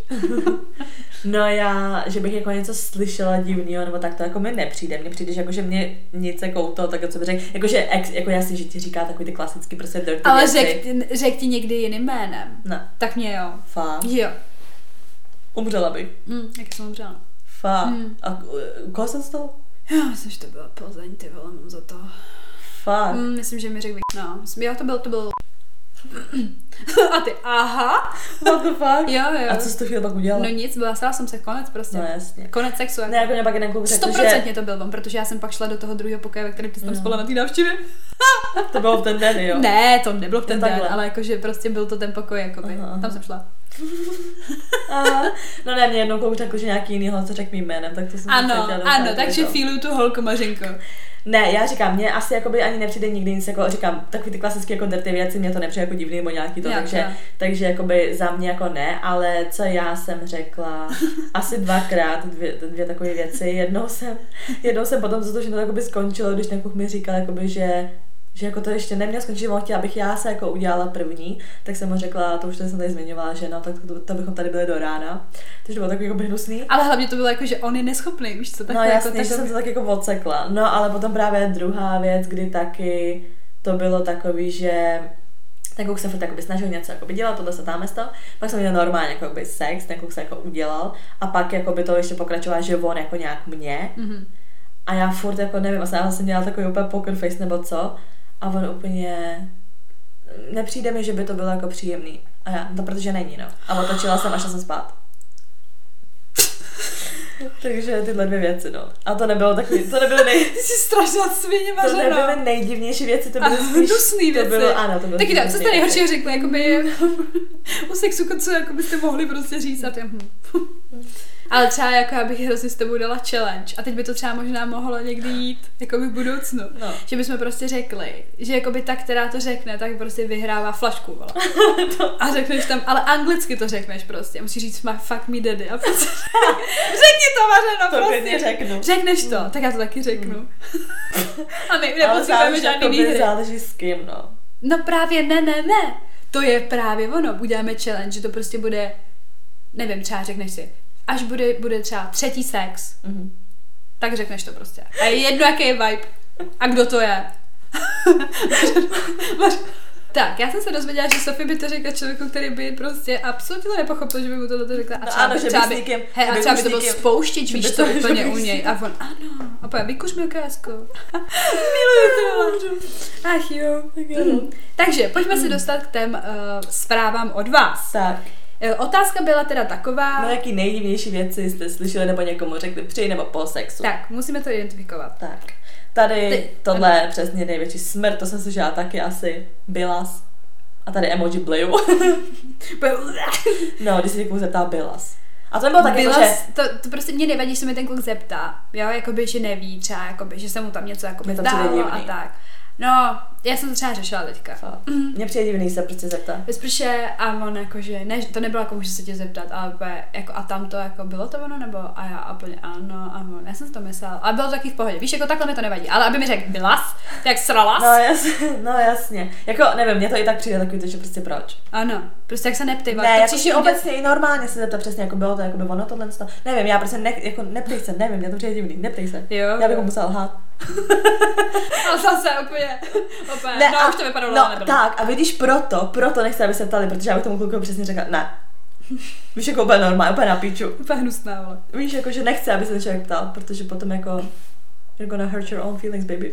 [SPEAKER 2] No já, že bych jako něco slyšela divného, nebo tak to jako mi nepřijde, mně přijde, že jako, že mě nic jako to, tak co by řekl, jakože ex, jako jasně, že ti říká takový ty klasický prostě dirty
[SPEAKER 1] ale řek, řek ti někdy jiným jménem.
[SPEAKER 2] Ne.
[SPEAKER 1] Tak mě jo.
[SPEAKER 2] Fakt.
[SPEAKER 1] Jo.
[SPEAKER 2] Umřela bych.
[SPEAKER 1] Mm, jak jsem umřela.
[SPEAKER 2] Fakt. Mm. A u koho jsem z toho?
[SPEAKER 1] Já myslím, že to byla Plzeň, ty vole, mám za to.
[SPEAKER 2] Fakt.
[SPEAKER 1] Mm, myslím, že mi řekl, no, myslím, jo, to byl, to byl. A ty, aha.
[SPEAKER 2] What the fuck?
[SPEAKER 1] Jo, jo.
[SPEAKER 2] A co jsi to chvíli pak udělala?
[SPEAKER 1] No nic, byla, stala jsem se, konec prostě.
[SPEAKER 2] No jasně.
[SPEAKER 1] Konec sexu.
[SPEAKER 2] Ne, jako mě pak jeden kluk řekl,
[SPEAKER 1] že... stoprocentně to byl on, protože já jsem pak šla do toho druhého pokoje, ve kterém ty jsi tam spala na té návštěvě.
[SPEAKER 2] To bylo v ten den, jo?
[SPEAKER 1] Ne, to nebylo v ten den,
[SPEAKER 2] takhle.
[SPEAKER 1] Ale jakože prostě byl to ten pokoj, jakoby. Aha. Tam jsem šla.
[SPEAKER 2] Aha. No ne, mě jednou kluk řekl, že nějaký jiný holce řekl mým jménem, tak to jsem
[SPEAKER 1] ano, ano, takže feeluju tu holku, Mařenko.
[SPEAKER 2] Ne, já říkám, mě asi jakoby ani nepřijde nikdy nic jako, říkám, takový ty klasické jako dirty věci, mě to nepřijde jako divný nebo nějaký to, já, takže, já. takže jakoby za mě jako ne, ale co já jsem řekla, asi dvakrát dvě, dvě takové věci, jednou jsem, jednou jsem potom za to, že to jakoby skončilo, když ten kluk mi říkal, jakoby, že že jako to ještě neměl skončit, že on chtěl, abych já se jako udělala první, tak jsem mu řekla, to už to jsem tady zmiňovala, že no, tak to, to bychom tady byli do rána. Takže to bylo takový jako hnusný.
[SPEAKER 1] Ale hlavně to bylo jako, že on je neschopný, víš co?
[SPEAKER 2] No jasně, jako, že jsem to tak jako odsekla. No ale potom právě druhá věc, kdy taky to bylo takový, že ten kluk se furt jakoby snažil něco jakoby dělat, tohle se táme to, pak jsem měl normálně jakoby sex, ten kluk se jako udělal a pak jakoby to ještě pokračovalo, že on jako nějak mě mm-hmm. a já furt jako nevím, asi já jsem dělala takový úplně poker face nebo co. A on úplně nepřijde mi, že by to bylo jako příjemný. A já, to protože není, no. A otočila jsem a šla jsem spát. Takže tyhle dvě věci, no. A to nebylo takový, to nebyly nej...
[SPEAKER 1] Ty jsi strašná svině, Mařeno.
[SPEAKER 2] To nebyly nejdivnější věci, to byly spíš...
[SPEAKER 1] hnusný věci.
[SPEAKER 2] To bylo, ano, to bylo
[SPEAKER 1] taky tak, co jste nejhoršího řekli, jakoby u sexu, co jako byste mohli prostě říct a těm... Ale třeba jako já bych hrozně s tebou dala challenge a teď by to třeba možná mohlo někdy jít jako v budoucnu. No. Že bychom prostě řekli, že jakoby ta, která to řekne, tak prostě vyhrává flašku. to... A řekneš tam, ale anglicky to řekneš prostě. Musíš říct fuck me daddy a prostě řekni to, Mařeno,
[SPEAKER 2] to
[SPEAKER 1] prostě.
[SPEAKER 2] Řeknu.
[SPEAKER 1] Řekneš to, mm. tak já to taky řeknu. Mm. A my nepotřebujeme žádný výhry.
[SPEAKER 2] Záleží s kým, no.
[SPEAKER 1] No právě ne, ne, ne. To je právě ono. Uděláme challenge, že to prostě bude, nevím, třeba řekneš si, až bude, bude třeba třetí sex, mm-hmm. tak řekneš to prostě. A je jedno, jaký je vibe. A kdo to je. Tak, já jsem se dozvěděla, že Sofie by to řekla člověku, který by prostě absolutně to nepochopil, že by mu tohle řekla. A třeba,
[SPEAKER 2] no, ano,
[SPEAKER 1] by, třeba, by,
[SPEAKER 2] nikým,
[SPEAKER 1] hej, a třeba by to byl spouštěč, víš to úplně u něj. A on, ano. A pojď, vykuř mi ukázku. Miluji to. Ach jo. Mm. Takže, pojďme se dostat k těm uh, zprávám od vás.
[SPEAKER 2] Tak.
[SPEAKER 1] Otázka byla teda taková...
[SPEAKER 2] No jaký nejdivnější věci jste slyšeli nebo někomu řekli při nebo po sexu?
[SPEAKER 1] Tak, musíme to identifikovat.
[SPEAKER 2] Tak. Tady Ty, tohle je přesně největší smrt, to jsem slyšela taky asi. Bilas. A tady emoji bliju. No, když se někomu zeptá Bilas. A to nebylo tak
[SPEAKER 1] Byla,
[SPEAKER 2] jako, že...
[SPEAKER 1] to, to prostě mě nevadí, že se mi ten kluk zeptá, jo, jakoby, že neví třeba, jakoby, že se mu tam něco jakoby zdálo a tak. No, já jsem to třeba řešila teďka.
[SPEAKER 2] Mm. Mně přijde divný se prostě zeptat.
[SPEAKER 1] Bezprše a on jakože, ne, to nebylo jako, můžu se tě zeptat, ale jako a tam to jako bylo to ono, nebo a já úplně ano, a on, já jsem si to myslela, ale bylo to taky v pohodě, víš, jako takhle mi to nevadí, ale aby mi řekl, bylas, tak sralas.
[SPEAKER 2] No jasně, no jasně, jako nevím, mně to i tak přijde takový to, že prostě proč.
[SPEAKER 1] Ano, prostě jak se neptej.
[SPEAKER 2] Ne, jako si obecně i normálně se zeptat přesně, jako bylo to, jako by ono tohle, nevím, já prostě ne, jako neptej se, nevím, mě to přijde divný, neptej se,
[SPEAKER 1] jo,
[SPEAKER 2] já bych ho musela lhát.
[SPEAKER 1] Ale zase úplně, úplně,
[SPEAKER 2] ne,
[SPEAKER 1] no
[SPEAKER 2] a,
[SPEAKER 1] už to vypadalo,
[SPEAKER 2] no,
[SPEAKER 1] nebylo.
[SPEAKER 2] tak a vidíš proto, proto nechci, aby se ptali, protože já bych tomu kluku přesně řekla, ne. Víš, jako úplně normálně, úplně na píču.
[SPEAKER 1] Úplně hnusná, vole.
[SPEAKER 2] Víš, jako, že nechci, aby se ten člověk ptal, protože potom jako you're gonna hurt your own feelings, baby.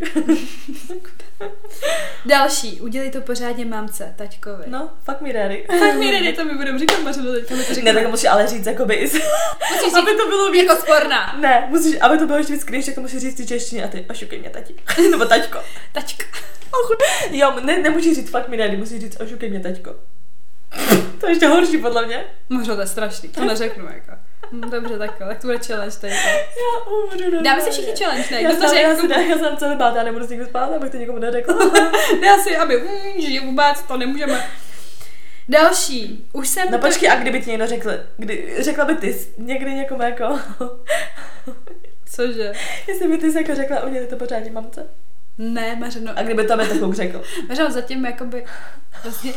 [SPEAKER 1] Další, udělej to pořádně mámce, taťkovi.
[SPEAKER 2] No, fuck me daddy.
[SPEAKER 1] Fuck me daddy, to mi budeme říkat, Mařeno, teďka mi to říkat.
[SPEAKER 2] Ne, tak musíš ale říct, jakoby,
[SPEAKER 1] musíš
[SPEAKER 2] aby
[SPEAKER 1] říct,
[SPEAKER 2] to bylo víc.
[SPEAKER 1] jako sporná.
[SPEAKER 2] Ne, musíš, aby to bylo ještě víc cringe, tak to musíš říct ty češtině a ty, ošukej mě tati. Nebo taťko.
[SPEAKER 1] Taťka.
[SPEAKER 2] Jo, ne, nemůžeš říct fuck me daddy, musíš říct ošukej mě taťko. To je ještě horší podle mě.
[SPEAKER 1] Možná to je strašný, to neřeknu jako. Hm, dobře, tak, tak to bude challenge tady.
[SPEAKER 2] Já umřu.
[SPEAKER 1] Dáme si všichni challenge, ne?
[SPEAKER 2] Já,
[SPEAKER 1] Kdo to
[SPEAKER 2] jsem, já,
[SPEAKER 1] řekl?
[SPEAKER 2] si, já jsem celý bát, já nebudu s někdo spát, abych to někomu neřekla.
[SPEAKER 1] Já si, aby, mm, že vůbec to nemůžeme. Další, už jsem...
[SPEAKER 2] No počkej, a kdyby ti někdo řekl, kdy, řekla by ty někdy někomu jako...
[SPEAKER 1] Cože?
[SPEAKER 2] Jestli by ty jsi jako řekla, udělej to pořádně mamce.
[SPEAKER 1] Ne, Mařeno.
[SPEAKER 2] A kdyby to by takovou řekl.
[SPEAKER 1] Mařeno, zatím jakoby... Vlastně...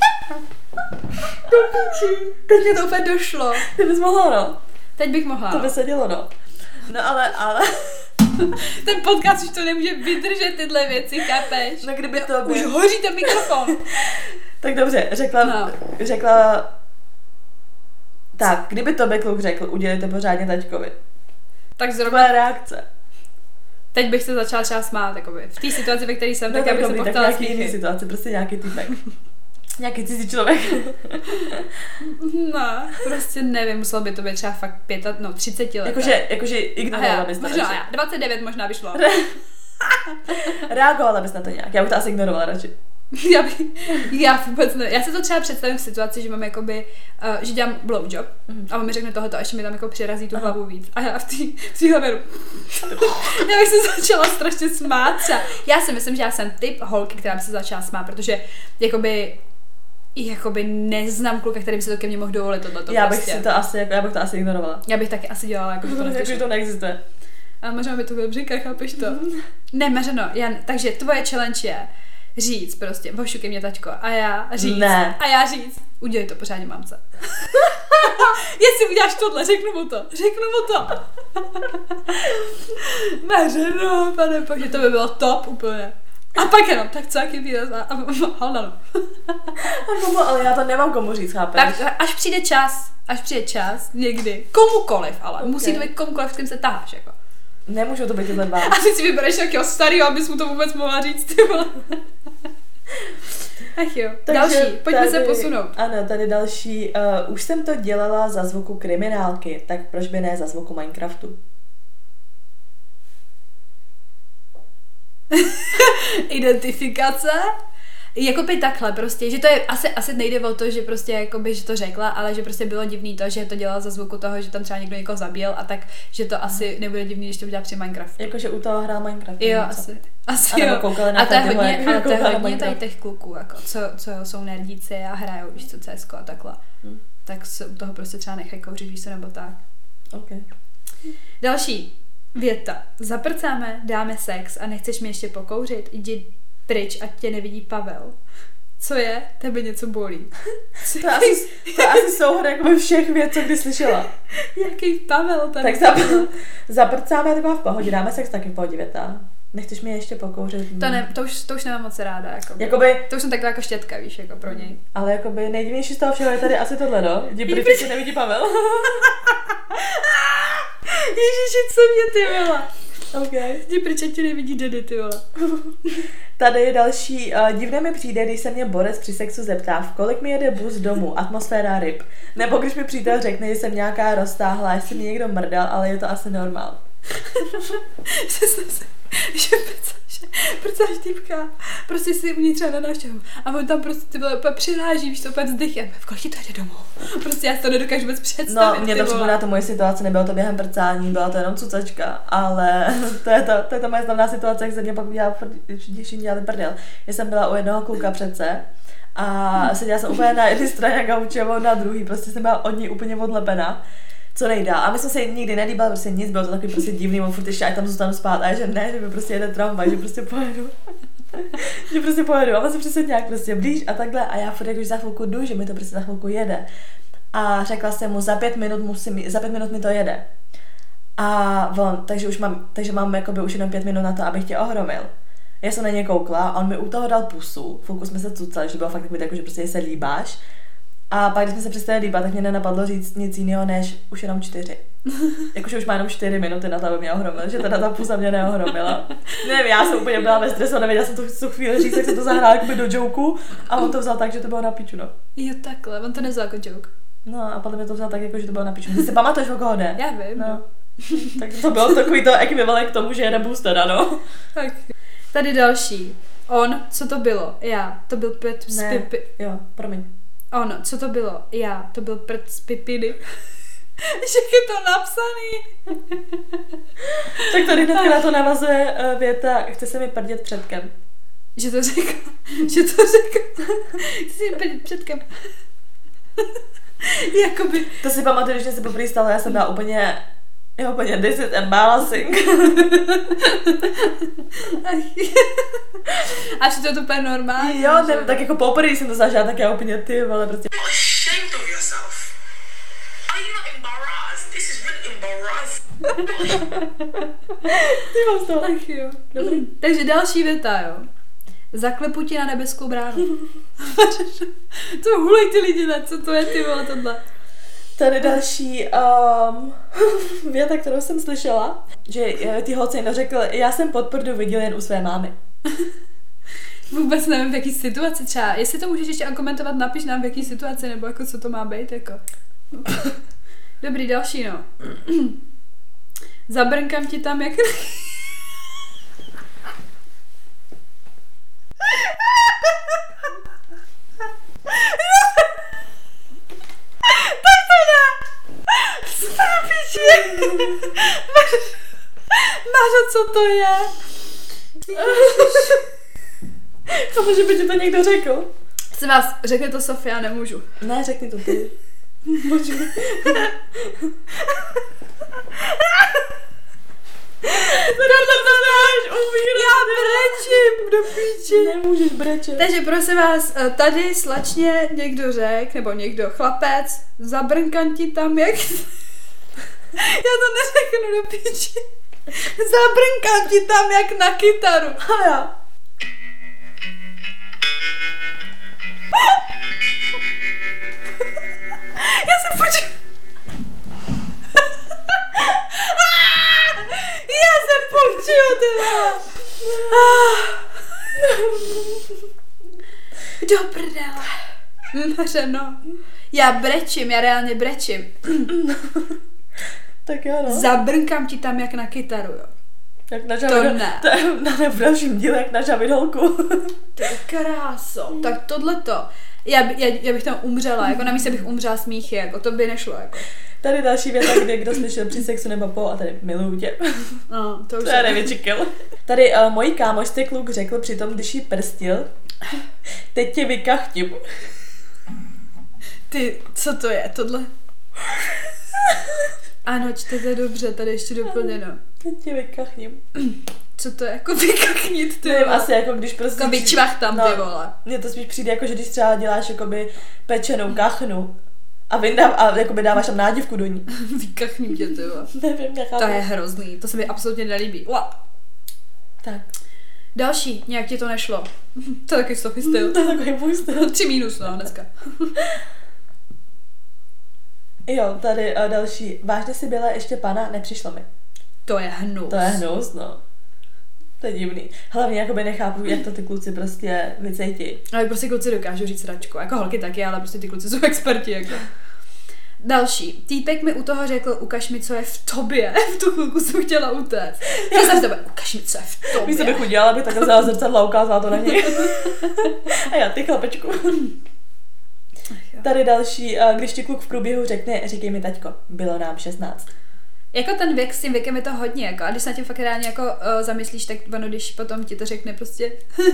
[SPEAKER 1] Teď mě to úplně došlo.
[SPEAKER 2] Ty bys mohla, no.
[SPEAKER 1] Teď bych mohla.
[SPEAKER 2] To by se dělo, no. No ale, ale...
[SPEAKER 1] Ten podcast už to nemůže vydržet tyhle věci, chápeš?
[SPEAKER 2] No kdyby to by...
[SPEAKER 1] Už hoří ten mikrofon.
[SPEAKER 2] Tak dobře, řekla...
[SPEAKER 1] No.
[SPEAKER 2] Řekla... Tak, kdyby to by kluk řekl, udělej to pořádně taťkovi.
[SPEAKER 1] Tak zrovna...
[SPEAKER 2] Tvoje reakce.
[SPEAKER 1] Teď bych se začala třeba smát, jakoby. V té situaci, ve které jsem,
[SPEAKER 2] No,
[SPEAKER 1] tak,
[SPEAKER 2] tak
[SPEAKER 1] já bych
[SPEAKER 2] dobrý,
[SPEAKER 1] se
[SPEAKER 2] tak
[SPEAKER 1] pochtěla
[SPEAKER 2] nějaký jiný
[SPEAKER 1] smíchy.
[SPEAKER 2] situace, prostě nějaký týpek. Nějaký cizí člověk.
[SPEAKER 1] No, prostě nevím, muselo by to být třeba fakt pět, no třicet let.
[SPEAKER 2] Jakože, jakože ignorovala bys to.
[SPEAKER 1] Možná já, dvacet devět možná by šlo.
[SPEAKER 2] Reagovala bys na to nějak, já bych to asi ignorovala radši.
[SPEAKER 1] Já, bych, já vůbec ne. Já si to třeba představím v situaci, že mám jakoby, uh, že dělám blowjob mm. a on mi řekne tohoto a ještě mi tam jako přirazí tu hlavu víc. A já v té v té hlavě já bych se začala strašně smát. Třeba. Já si myslím, že já jsem typ holky, která by se začala smát, protože jakoby jakoby neznám kluka, který by se to ke mně mohl dovolit tohleto.
[SPEAKER 2] Já bych
[SPEAKER 1] prostě.
[SPEAKER 2] si to asi, jako, já bych to asi ignorovala.
[SPEAKER 1] Já bych taky asi dělala, jako to
[SPEAKER 2] Jakože to neexistuje.
[SPEAKER 1] A možná by to bylo bříka, chápeš to? Mm. Ne, Mařeno, já, takže tvoje challenge je říct prostě, vošukej mě taťko, a já říct,
[SPEAKER 2] ne.
[SPEAKER 1] a já říct, udělej to pořádně mamce. Jestli uděláš tohle, řeknu mu to, řeknu mu to. Mařeno, pane bože, to by bylo top úplně. A pak jenom, tak co, jaký výraz a, a, a haldano.
[SPEAKER 2] Ale já to nemám komu říct, chápeš?
[SPEAKER 1] Tak až přijde čas, až přijde čas, někdy, komukoliv, ale okay. Musí to být komukoliv, s kým se taháš, jako.
[SPEAKER 2] Nemůžu to být tyhle dva.
[SPEAKER 1] A ty si vybereš nějakého starého, abys mu to vůbec mohla říct, ty vole. Ach jo, takže další, pojďme tady, se posunout.
[SPEAKER 2] Ano, tady další. Uh, už jsem to dělala za zvuku kriminálky, tak proč by ne za zvuku Minecraftu?
[SPEAKER 1] Identifikace? Jakoby takhle prostě, že to je, asi, asi nejde o to, že prostě jakoby, že to řekla, ale že prostě bylo divný to, že to dělala za zvuku toho, že tam třeba někdo někoho zabil a tak, že to asi nebude divný, když to udělá při Minecraftu.
[SPEAKER 2] Jakože u toho hrál Minecraft.
[SPEAKER 1] Jo, asi. Asi jo.
[SPEAKER 2] A
[SPEAKER 1] to je hodně, ale to je hodně tady těch kluků, jako, co, co jsou nerdíci a hrajou, víš co, C S ko a takhle. Hmm. Tak se u toho prostě třeba nechají kouřit, víš co, nebo tak.
[SPEAKER 2] Okay.
[SPEAKER 1] Další věta. Zaprcáme, dáme sex a nechceš mi ještě pokouřit? Jdi pryč, ať tě nevidí Pavel. Co je? Tebe něco bolí.
[SPEAKER 2] To je asi, to je asi souhrn jako všech věc, co kdy slyšela.
[SPEAKER 1] Jaký Pavel tady?
[SPEAKER 2] Tak zap, zaprcáme taková v pohodě, dáme sex taky v pohodě věta. Nechceš mi ještě pokouřit?
[SPEAKER 1] To, ne, to, už, to už nemám moc ráda. Jakoby.
[SPEAKER 2] Jakoby,
[SPEAKER 1] to už jsem taková jako štětka, víš, jako pro něj.
[SPEAKER 2] Ale jakoby nejdivnější z toho všeho je tady asi tohle, no? Jdi pryč, tě nevidí Pavel.
[SPEAKER 1] Ježiši, co mě ty vole?
[SPEAKER 2] Okay.
[SPEAKER 1] Jdi pryč, tě nevidí Dedy, ty vole.
[SPEAKER 2] Tady je další. Uh, divné mi přijde, když se mě borec při sexu zeptá, v kolik mi jede bus domů, atmosféra ryb. Nebo když mi přítel řekne, že jsem nějaká roztáhlá, jestli mi někdo mrdal, ale je to asi normál.
[SPEAKER 1] že prcáš týpka, prostě si uvnitř třeba na návštěvu a on tam prostě ty vole úplně přiráží, víš to úplně vzdychem, v kolik ti to jde domů? Prostě já si to nedokážu vůbec představit.
[SPEAKER 2] No, mě to připomíná to moje situace, nebylo to během prcání, byla to jenom cucačka, ale to je to, to je ta moje slavná situace, jak se mě pak udělala, když jim dělali prdel. Já jsem byla u jednoho kluka přece a seděla jsem úplně na jedné straně gauče, na druhý, prostě jsem byla od ní úplně odlepená. Co nejdál. A my jsme se nikdy nelíbali prostě nic, bylo to takový prostě divný, on furt ještě ať tam zůstanu spát a že ne, že mi prostě jede tramvaj, že prostě pojedu. že prostě pojedu a on se přesně nějak prostě blíž a takhle a já furt jakož za chvilku jdu, že mi to prostě za chvilku jede. A řekla jsem mu, za pět minut musím, za pět minut mi to jede. A on, takže už mám, takže mám jakoby už jenom pět minut na to, abych tě ohromil. Já jsem na něj koukla a on mi u toho dal pusu, chvilku jsme se cucali, že bylo fakt takový tak, že prostě se líbáš. A pak, když jsme se přestali líbat, tak mě nenapadlo říct nic jiného, než už jenom čtyři. Jakože už má jenom čtyři minuty na to, aby mě ohromil, že teda ta pusa mě neohromila. Nevím, já jsem úplně byla ve stresu, nevěděla jsem to v chvíli říct, jak jsem to zahrála jakoby do joku a on to vzal tak, že to bylo na piču, no.
[SPEAKER 1] Jo, takhle, on to nevzal jako joke.
[SPEAKER 2] No a podle mě to vzal tak, jako, že to bylo na piču. Ty si pamatuješ, o koho jde?
[SPEAKER 1] Já vím.
[SPEAKER 2] No. Tak to bylo takový to ekvivalent k tomu, že jede booster, ano.
[SPEAKER 1] Tak. Tady další. On, co to bylo? Já, to byl pět z pipi.
[SPEAKER 2] Jo, promiň.
[SPEAKER 1] On, co to bylo? Já, to byl prd z pipiny. Jak je to napsaný?
[SPEAKER 2] Tak tady hnedka na to navazuje uh, věta, chce se mi prdět předkem.
[SPEAKER 1] Že to řekl, že to řekl. Chci si prdět předkem. Jakoby.
[SPEAKER 2] To si pamatuju, když se poprvé stalo, já jsem byla úplně, já úplně, this is embarrassing.
[SPEAKER 1] A že to je to úplně normální.
[SPEAKER 2] Jo, nevím, tak jako poprvé jsem to zažila, tak já úplně ty, ale prostě.
[SPEAKER 3] Ashamed of yourself. Are you not embarrassed? This is really embarrassing.
[SPEAKER 2] Ty mám z toho.
[SPEAKER 1] Ach jo. Dobrý. Takže další věta, jo. Zaklepu ti na nebeskou bránu. To hulej ty lidi, ne? Co to je, ty vole, tohle?
[SPEAKER 2] Tady další um, věta, kterou jsem slyšela, že ty holce jen řekl, já jsem podprdu viděl jen u své mámy.
[SPEAKER 1] Vůbec nevím, v jaký situaci třeba. Jestli to můžeš ještě komentovat, napiš nám, v jaký situaci, nebo jako co to má být, jako. Dobrý, další, no. Zabrnkám ti tam, jak... Tak to ne! Snápiči! Mážo, co to je?
[SPEAKER 2] Chápu, že by ti to někdo řekl.
[SPEAKER 1] Se vás, řekne to Sofia, nemůžu.
[SPEAKER 2] Ne, řekni to ty. Můžu.
[SPEAKER 1] Já brečím, do píči.
[SPEAKER 2] Nemůžeš brečet.
[SPEAKER 1] Takže prosím vás, tady slačně někdo řek, nebo někdo chlapec, zabrnkám ti tam jak... Já to neřeknu do píči. Zabrnkám ti tam jak na kytaru.
[SPEAKER 2] A já.
[SPEAKER 1] Já se poču... Já se počuju, ty vole. Do prdele. Mařeno. Já brečím, já reálně brečím.
[SPEAKER 2] Tak jo, no.
[SPEAKER 1] Zabrnkám ti tam jak na kytaru, jo.
[SPEAKER 2] Jak na
[SPEAKER 1] To
[SPEAKER 2] žavidol...
[SPEAKER 1] ne.
[SPEAKER 2] To je na v dalším díle, jak na žavidolku.
[SPEAKER 1] To je kráso. Tak tohleto. Já, by, já, já bych tam umřela, jako na místě bych umřela smíchy, jako to by nešlo, jako.
[SPEAKER 2] Tady další věta, kde kdo slyšel při sexu nebo po a tady miluju tě.
[SPEAKER 1] No, to už
[SPEAKER 2] to je největší kill. Tady uh, mojí kámošce kluk řekl přitom, když jí prstil, teď tě vykachtím.
[SPEAKER 1] Ty, co to je, tohle? Ano, čtete dobře, tady ještě doplněno.
[SPEAKER 2] Teď tě vykachním.
[SPEAKER 1] Co to je, jako vykachnit, ty
[SPEAKER 2] Nevím,
[SPEAKER 1] vole?
[SPEAKER 2] asi jako když prostě...
[SPEAKER 1] Jako vyčvach tam, ty vole.
[SPEAKER 2] Mně to spíš přijde jako, že když třeba děláš jakoby pečenou kachnu a, vydáv, a jakoby dáváš tam nádivku do ní.
[SPEAKER 1] Vykachním tě, ty vole.
[SPEAKER 2] Nevím, nechápu.
[SPEAKER 1] To je hrozný, to se mi absolutně nelíbí. Ua.
[SPEAKER 2] Tak.
[SPEAKER 1] Další, nějak ti to nešlo. To je taky Sophie styl.
[SPEAKER 2] To je takový můj styl.
[SPEAKER 1] Tři mínus, no, dneska.
[SPEAKER 2] Jo, tady uh, další. Vážně si byla ještě pana, nepřišlo mi.
[SPEAKER 1] To je hnus.
[SPEAKER 2] To je hnus, no. To je divný. Hlavně jakoby nechápu, jak to ty kluci prostě vycejtí.
[SPEAKER 1] Ale prostě kluci dokážou říct sračku. Jako holky taky, ale prostě ty kluci jsou experti, jako. Další. Týpek mi u toho řekl, ukaž mi, co je v tobě. V tu chvilku jsem chtěla utéct. Já jsem tebe, ukaž mi, co je v tobě.
[SPEAKER 2] Víš, co bych udělala, abych takhle vzala zrcadlo a ukázala to na něj. A já, ty chlapečku. Tady další, když ti kluk v průběhu řekne, říkej mi taťko, bylo nám šestnáct.
[SPEAKER 1] Jako ten věk, s tím věkem je to hodně, jako, a když se na tím fakt reálně jako uh, zamyslíš, tak ono, když potom ti to řekne prostě...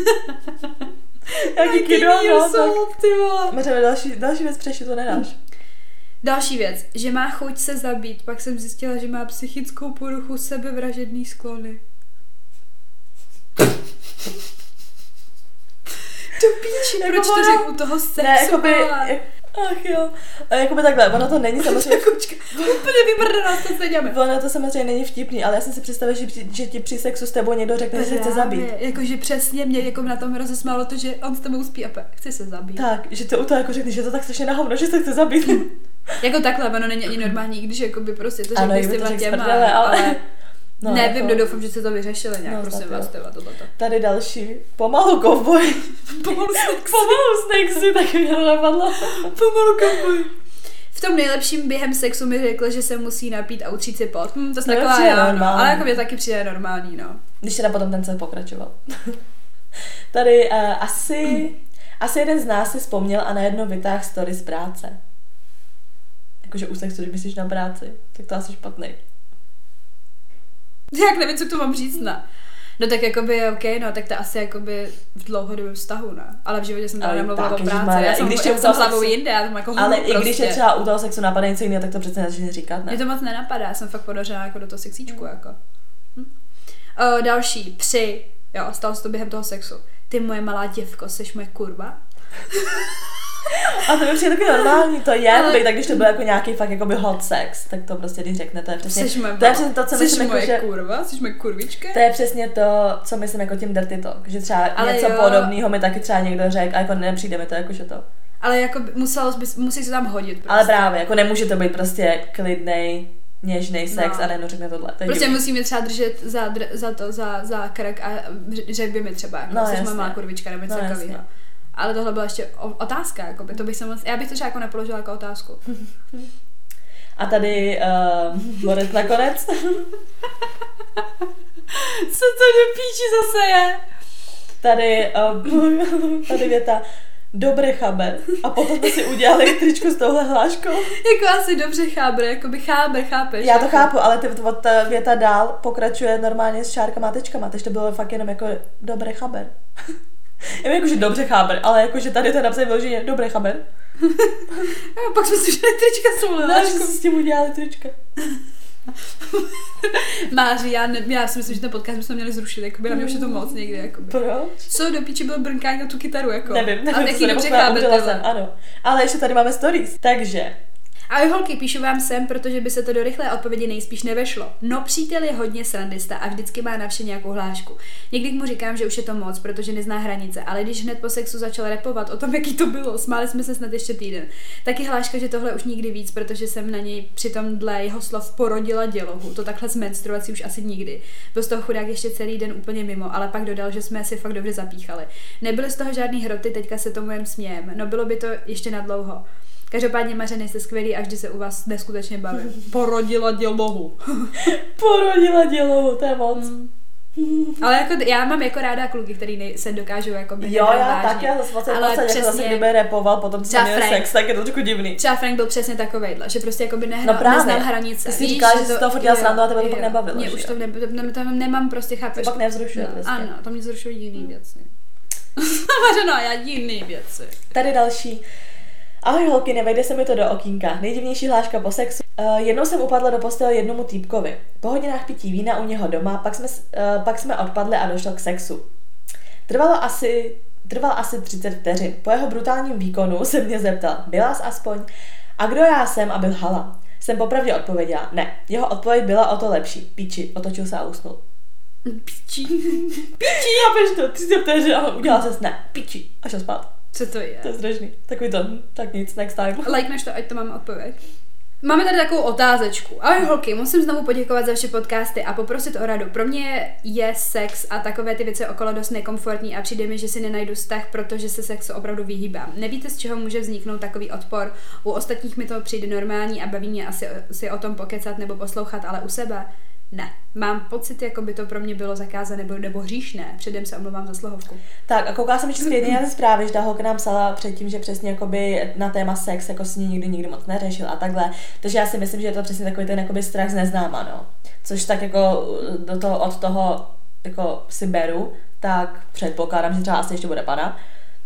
[SPEAKER 2] Jaký kino, no, tak...
[SPEAKER 1] ty vole.
[SPEAKER 2] Můžeme další, další věc přeši, to nedáš.
[SPEAKER 1] Další věc, že má chuť se zabít, pak jsem zjistila, že má psychickou poruchu sebevražedný sklony. To píči, proč to řekl u toho sexu?
[SPEAKER 2] Ne, jakoby, jak, ach jo, jakoby takhle, ono to není samozřejmě...
[SPEAKER 1] Kočka, úplně vybrdaná, to se děláme.
[SPEAKER 2] Ono to samozřejmě není vtipný, ale já jsem si představila, že, že ti při sexu s tebou někdo řekne, že se chce zabít.
[SPEAKER 1] Jakože přesně mě jako na tom rozesmálo to, že on s tebou spí a chce se zabít.
[SPEAKER 2] Tak, že to u toho jako řekne, že to tak strašně na hovno, že se chce zabít.
[SPEAKER 1] Jako takhle, ono není ani normální, když jakoby prostě to
[SPEAKER 2] ano,
[SPEAKER 1] řekne s těma těma,
[SPEAKER 2] ale... ale...
[SPEAKER 1] No, nevím, jako... doufám, že se to vyřešili nějak, no, prosím vás, tyva, toto.
[SPEAKER 2] Tady další, pomalu kovboj.
[SPEAKER 1] Pomalu snakesy.
[SPEAKER 2] Pomalu snakesy, tak mi to napadlo.
[SPEAKER 1] Pomalu kovboj. V tom nejlepším během sexu mi řekl, že se musí napít a utřít si pot. Hm, to je taková já, no, ale jako mě taky přijde normální, no.
[SPEAKER 2] Když teda potom ten se pokračoval. Tady uh, asi, asi jeden z nás si vzpomněl a najednou vytáhl story z práce. Jakože u sexu, když myslíš na práci, tak to asi špatný.
[SPEAKER 1] Jak nevím, co to mám říct, ne? No tak jakoby, ok, no, tak to asi jakoby v dlouhodobém vztahu, ne? Ale v životě jsem teda nemluvila o práci, já jsem, já jsem hlavou jinde, já tam jako hůru
[SPEAKER 2] ale
[SPEAKER 1] prostě.
[SPEAKER 2] I když je třeba u toho sexu napadá něco jiného, tak to přece nezačne říkat, ne?
[SPEAKER 1] Mě to moc nenapadá, já jsem fakt podařená jako do toho sexíčku, mm. jako. Hm? O, další, při, jo, stalo se to během toho sexu. Ty moje malá děvko, seš moje kurva?
[SPEAKER 2] A to by přijde taky normální, to je, ale... tak když to byl jako nějaký fakt jakoby hot sex, tak to prostě když řekne, to je přesně, to je přesně to, co myslím jako, že...
[SPEAKER 1] kurva, jsi moje kurvička?
[SPEAKER 2] To je přesně to, co myslím jako tím dirty talk, že třeba ale něco jo. podobného mi taky třeba někdo řekl a jako nepřijde mi to jako, že to.
[SPEAKER 1] Ale jako muselo bys, musí se tam hodit prostě.
[SPEAKER 2] Ale právě, jako nemůže to být prostě klidnej, něžnej sex no. a nejednou řekne tohle. To
[SPEAKER 1] prostě divný. Musíme třeba držet za, dr, za to, za, za krk a řekl by mi třeba, jako, no, jsi moje malá kurvička nebo něco no, takového. Ale tohle byla ještě otázka, jakoby, to bych se moc, já bych to třeba jako nepoložila jako otázku.
[SPEAKER 2] A tady uh, Borec nakonec.
[SPEAKER 1] Co to do píči zase je?
[SPEAKER 2] Tady, uh, tady věta, dobré chaber. A potom jsme si udělali tričko s touhle hláškou.
[SPEAKER 1] Jako asi dobře cháber, jakoby cháber, chápeš?
[SPEAKER 2] Já to jako. chápu, ale ty, ta věta dál pokračuje normálně s čárkama a tečkama, takže to bylo fakt jenom jako dobré chaber. Já vím, jakože dobře cháber, ale jakože tady to je napsané vyloženě dobré chaber.
[SPEAKER 1] A pak jsme si udělali trička s touhle hláškou.
[SPEAKER 2] No, s tím udělali trička.
[SPEAKER 1] Máři, já, ne, já si myslím, že ten podcast bychom měli zrušit, jakoby na mě už je to moc někdy, jakoby.
[SPEAKER 2] Proč?
[SPEAKER 1] Co do píči byl brnkání na tu kytaru, jako.
[SPEAKER 2] Nevím, nevím,
[SPEAKER 1] ale
[SPEAKER 2] to se nebudela, ano. Ale ještě tady máme stories, takže...
[SPEAKER 1] Ahoj holky, píšu vám sem, protože by se to do rychlé odpovědi nejspíš nevešlo. No, přítel je hodně srandista a vždycky má na vše nějakou hlášku. Někdy mu říkám, že už je to moc, protože nezná hranice, ale když hned po sexu začal rapovat o tom, jaký to bylo, smáli jsme se snad ještě týden. Taky hláška, že tohle už nikdy víc, protože jsem na něj přitom dle jeho slov porodila dělohu. To takhle s menstruací už asi nikdy. Byl z toho chudák ještě celý den úplně mimo, ale pak dodal, že jsme si fakt dobře zapíchali. Nebyly z toho žádný hroty, teďka se tomu jen smějem. No, bylo by to ještě na dlouho. Každopádně, Mařeny, jste skvělý, až když se u vás neskutečně baví. Porodila dělohu.
[SPEAKER 2] Porodila dělohu, to je moc. Mm.
[SPEAKER 1] Ale jako, já mám jako ráda kluky, který se dokážou jako být.
[SPEAKER 2] Jo, já taky, já zase ale přesně, jako zase kdyby repoval, potom co měl sex, tak je to trošku divný.
[SPEAKER 1] Třeba Frank byl přesně takovejhle, že prostě jako by nehrál,
[SPEAKER 2] no
[SPEAKER 1] neznal hranice.
[SPEAKER 2] Ty jsi říkala, že jsi toho furt dělala srandu a tebe to pak nebavilo.
[SPEAKER 1] Mě už to, ne, to, to nemám prostě, chápeš.
[SPEAKER 2] To pak nevzrušuje.
[SPEAKER 1] No, ano, to mě zrušují jiný věci. Mařeno, já jiný věci.
[SPEAKER 2] Tady další. Ahoj holky, nevejde se mi to do okýnka. Nejdivnější hláška po sexu. Uh, jednou jsem upadla do postele jednomu týpkovi. Po hodinách pití vína u něho doma, pak jsme, uh, pak jsme odpadli a došlo k sexu. Trvalo asi, trval asi třicet vteřin. Po jeho brutálním výkonu se mě zeptal, byla jsi aspoň? A kdo já jsem, aby lhala? Jsem popravdě odpověděla, ne. Jeho odpověď byla o to lepší. Píči, otočil se a usnul.
[SPEAKER 1] Píči.
[SPEAKER 2] Píči, chápeš to, třicet vteřin a udělala ses, ne, píči. A šel spát.
[SPEAKER 1] Co to je?
[SPEAKER 2] To je zdražný. Takový to, tak nic, next time.
[SPEAKER 1] Lajkneš to, ať to mám odpověď. Máme tady takovou otázečku. Ahoj holky, musím znovu poděkovat za vaše podcasty a poprosit o radu. Pro mě je sex a takové ty věci okolo dost nekomfortní a přijde mi, že si nenajdu vztah, protože se sexu opravdu vyhýbám. Nevíte, z čeho může vzniknout takový odpor? U ostatních mi to přijde normální a baví mě asi si o tom pokecat nebo poslouchat, ale u sebe ne. Mám pocit, jako by to pro mě bylo zakázané nebo, nebo hříšné. Předem se omlouvám za slohovku.
[SPEAKER 2] Tak a koukala jsem ještě zpětně na ty zprávy, že ta holka nám psala předtím, že přesně jakoby na téma sex jako s ní nikdy nikdy moc neřešil a takhle. Takže já si myslím, že je to přesně takový ten jakoby strach z neznáma, no. Což tak jako do toho, od toho jako si beru, tak předpokládám, že třeba asi ještě bude padat.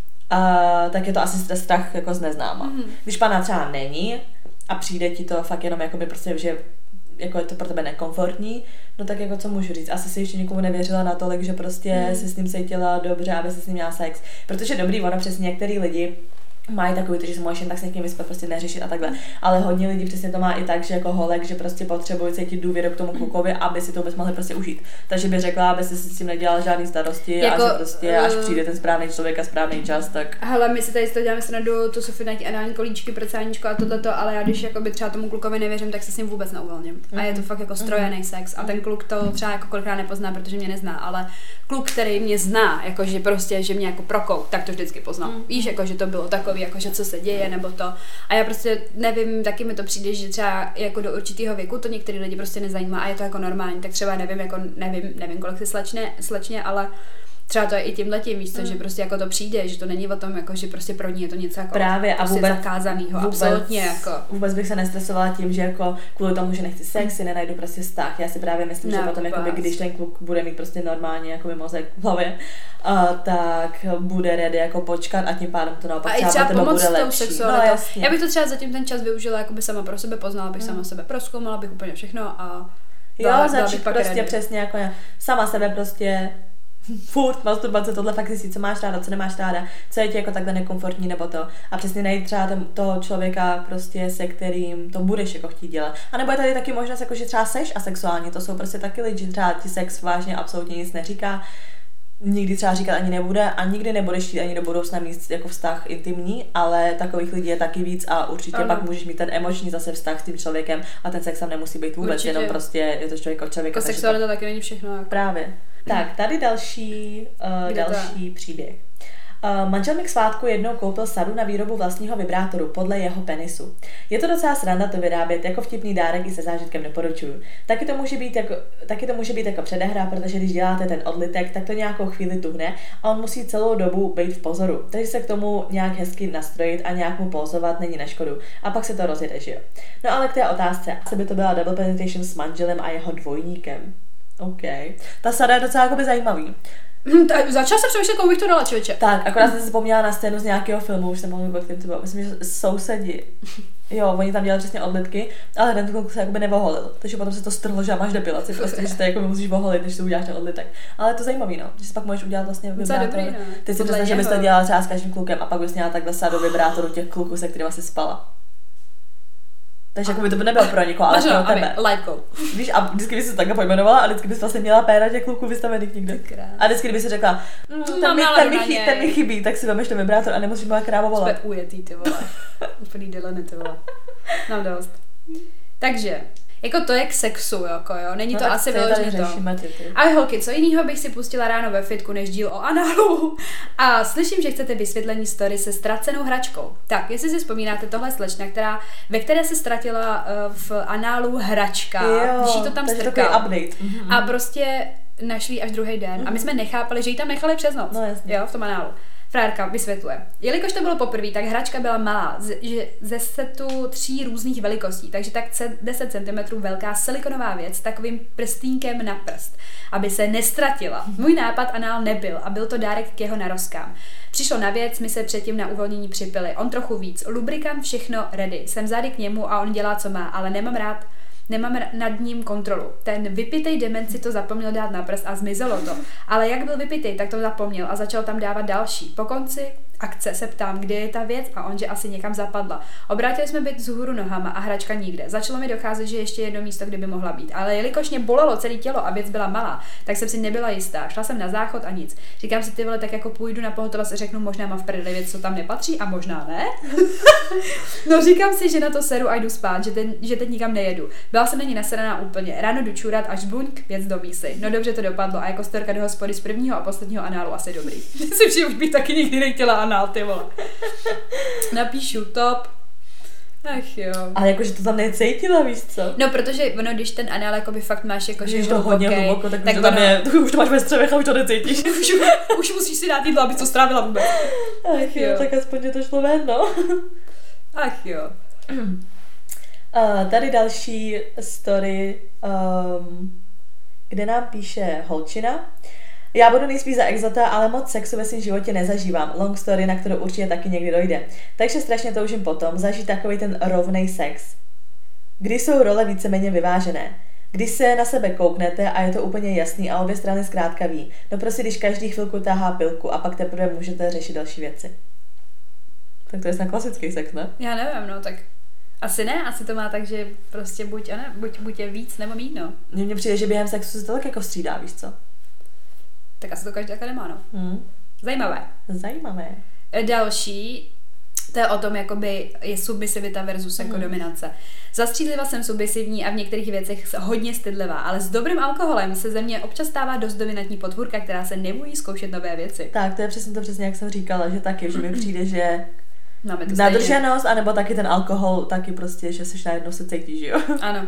[SPEAKER 2] Uh, tak je to asi strach jako z neznáma. Mm. Když pana třeba není a přijde ti to fakt jenom jakoby prostě, že jako je to pro tebe nekomfortní, no tak jako co můžu říct, asi si ještě nikomu nevěřila natolik, že prostě mm. si s ním cítila dobře, aby si s ním měla sex, protože dobrý, ono přesně některý lidi mají takový to, že se můžeš jen tak s někým vyspat, prostě neřešit a takhle, ale hodně lidí přesně to má i tak, že jako holek, že prostě potřebují cítit důvěru k tomu klukovi, aby si to vůbec mohli prostě užít. Takže by řekla, aby si s tím nedělala žádný starosti jako, a že prostě až přijde ten správný člověk a správný čas, tak. Hele,
[SPEAKER 1] my si tady z toho děláme snadu, to jsou nějaký anální kolíčky, prcáníčko a tohleto, ale já když jakoby třeba tomu klukovi nevěřím, tak se s ním vůbec neuvolním. Mm. A je to fakt jako strojený sex a ten kluk to třeba jako kolikrát nepozná, protože mě nezná, ale kluk, který mě zná, jakože prostě, že mě jako prokou, tak to vždycky poznám. Mm. Víš, jako že to bylo takový, jako že co se děje nebo to. A já prostě nevím, taky mi to přijde, že třeba jako do určitého věku to některý lidi prostě nezajímá a je to jako normální, tak třeba nevím, jako nevím, nevím, kolik si slečne, slečně, ale třeba to je i tímhletím, víš co, mm. že prostě jako to přijde, že to není o tom, jako, že prostě pro ní je to něco jako
[SPEAKER 2] právě
[SPEAKER 1] prostě
[SPEAKER 2] a vůbec,
[SPEAKER 1] zakázanýho, vůbec, absolutně jako.
[SPEAKER 2] Vůbec bych se nestresovala tím, že jako kvůli tomu, že nechci sex, si nenajdu prostě vztah. Já si právě myslím, ne, že potom, jakoby, když ten kluk bude mít prostě normálně jakoby mozek v hlavě, uh, tak bude ready jako počkat a tím pádem to naopak třeba, třeba pro bude lepší. No,
[SPEAKER 1] já bych to třeba zatím ten čas využila, jakoby sama pro sebe, poznala bych mm. sama sebe, prozkoumala bych úplně všechno a
[SPEAKER 2] jo, začít prostě ready. Přesně jako já, sama sebe prostě furt masturbace, tohle fakt zjistit, co máš ráda, co nemáš ráda, co je ti jako takhle nekomfortní nebo to. A přesně najít třeba ten, toho člověka prostě, se kterým to budeš jako chtít dělat. A nebo je tady taky možnost, jako, že třeba seš asexuální, to jsou prostě taky lidi, že třeba ti sex vážně absolutně nic neříká, nikdy třeba říkat ani nebude a nikdy nebudeš chtít ani do budoucna mít jako vztah intimní, ale takových lidí je taky víc a určitě ano. Pak můžeš mít ten emoční zase vztah s tím člověkem a ten sex tam nemusí být vůbec, určitě. Jenom prostě je to člověk od člověka.
[SPEAKER 1] Jako sexualita taky není všechno. Jako.
[SPEAKER 2] Právě. Tak, tady další, uh, další příběh. Uh, manžel mi k svátku jednou koupil sadu na výrobu vlastního vibrátoru podle jeho penisu. Je to docela sranda to vyrábět, jako vtipný dárek i se zážitkem neporučuju. Taky to může být jako, taky to může být jako předehra, protože když děláte ten odlitek, tak to nějakou chvíli tuhne a on musí celou dobu být v pozoru. Takže se k tomu nějak hezky nastrojit a nějak mu pozovat není na škodu. A pak se to rozjede, že jo. No ale k té otázce, asi by to byla double penetration s manželem a jeho dvojníkem. OK. Ta sada je docela jakoby zajímavý.
[SPEAKER 1] Hmm, tak začala jsem přemýšlet, komu bych to dala, člověče.
[SPEAKER 2] Tak, akorát jsem si vzpomněla na scénu z nějakého filmu, už jsem mohla vybavit, kterým to bylo. Myslím, že sousedi. Jo, oni tam dělali přesně odlitky, ale ten kluk se jakoby nevoholil. Takže potom se to strhlo, že máš depilaci, prostě, že to jako musíš voholit, než si uděláš ten odlitek. Ale je to zajímavý, no, že si pak můžeš udělat vlastně vibrátor.
[SPEAKER 1] Dobrý, no.
[SPEAKER 2] Ty si představ, že bys to dělala třeba s každým klukem a pak bys měla takhle sadu vibrátoru těch kluků, se kterými jsi spala. Takže jako by to by nebylo pro někoho, ale pro tebe.
[SPEAKER 1] Lajkou.
[SPEAKER 2] Víš, a vždycky bys se takhle pojmenovala a vždycky bys vlastně měla péra těch kluků vystavených někde. A vždycky kdyby si řekla, mm, ten, mi, ten, mi chybí, ten mi chybí, tak si vemeš ten vibrátor a nemusíš moje krávo volat.
[SPEAKER 1] Jsme ujetý, ty vole. Úplný dyleny, ty vole. Mám dost. Takže, jako to je k sexu, jako jo, není no to asi vyloženě to. Ale holky, co jinýho bych si pustila ráno ve fitku, než díl o análu? A slyším, že chcete vysvětlení story se ztracenou hračkou. Tak, jestli si vzpomínáte, tohle slečna, která, ve které se ztratila uh, v análu hračka, jo, když jí to tam strkal.
[SPEAKER 2] Update. Mm-hmm.
[SPEAKER 1] A prostě našli až druhý den. Mm-hmm. A my jsme nechápali, že ji tam nechali přes noc.
[SPEAKER 2] No, jasně.
[SPEAKER 1] Jo, v tom análu. Frárka vysvětluje. Jelikož to bylo poprvé, tak hračka byla malá, z, že ze setu tří různých velikostí, takže tak deset centimetrů velká silikonová věc s takovým prstínkem na prst, aby se nestratila. Můj nápad anál nebyl a byl to dárek k jeho narozkám. Přišlo na věc, my se předtím na uvolnění připili. On trochu víc, lubrikant, všechno ready. Jsem zády k němu a on dělá, co má, ale nemám rád Nemám nad ním kontrolu. Ten vypitej demenci to zapomněl dát na prst a zmizelo to. Ale jak byl vypitej, tak to zapomněl a začal tam dávat další. Po konci akce se ptám, kde je ta věc a on, že asi někam zapadla. Obrátili jsme byt vzhůru nohama a hračka nikde. Začalo mi docházet, že ještě jedno místo, kde by mohla být. Ale jelikož mě bolelo celé tělo a věc byla malá, tak jsem si nebyla jistá. Šla jsem na záchod a nic. Říkám si, ty vole, tak jako půjdu na pohotovost a řeknu, možná mám v prdeli věc, co tam nepatří a možná ne. No říkám si, že na to seru a jdu spát, že, ten, že teď nikam nejedu. Byla jsem na ní nasraná úplně. Ráno jdu čůrat až buňk, věc do mísy. No dobře to dopadlo a jako storka do hospody z prvního a posledního análu asi dobrý. Myslím, že už bych taky nikdy nechtěla anál, ty vole. Napíšu top. Ach jo.
[SPEAKER 2] Ale jakože to tam necítila, víš co?
[SPEAKER 1] No, protože ono, když ten anál jakoby fakt máš jako, že
[SPEAKER 2] když to hodně hluboko, tak, tak už to tam
[SPEAKER 1] ono...
[SPEAKER 2] je, už to máš ve střevech a už to necítíš.
[SPEAKER 1] už, už musíš si dát jídlo, abys to strávila vůbec.
[SPEAKER 2] Ach jo, jo, tak aspoň je to šlo ven, no.
[SPEAKER 1] Ach jo.
[SPEAKER 2] Uh, tady další story, um, kde nám píše holčina. Já budu nejspíš za exota, ale moc sexu ve svém životě nezažívám. Long story, na kterou určitě taky někdy dojde. Takže strašně toužím potom zažít takový ten rovnej sex. Kdy jsou role víceméně vyvážené. Když se na sebe kouknete a je to úplně jasný a obě strany zkrátka ví. No prostě když každý chvilku tahá pilku a pak teprve můžete řešit další věci. Tak to je snad klasický sex, ne?
[SPEAKER 1] Já nevím, no tak asi ne, asi to má tak, že prostě buď, ne, buď, buď je víc nebo míň, no.
[SPEAKER 2] Mně přijde, že během sexu se to tak jako střídá, víš co?
[SPEAKER 1] Tak asi to každý takhle nemá, no.
[SPEAKER 2] Hmm.
[SPEAKER 1] Zajímavé.
[SPEAKER 2] Zajímavé.
[SPEAKER 1] Další, to je o tom, jakoby je submisivita versus jako mm. dominace. Zastřídliva jsem submisivní a v některých věcech hodně stydlivá, ale s dobrým alkoholem se ze mě občas stává dost dominantní potvůrka, která se nebojí zkoušet nové věci.
[SPEAKER 2] Tak, to je přesně to, přesně jak jsem říkala, že taky, že mi přijde, že
[SPEAKER 1] máme to
[SPEAKER 2] nadrženost, anebo taky ten alkohol, taky prostě, že seš najednou se cítíš, že jo?
[SPEAKER 1] Ano.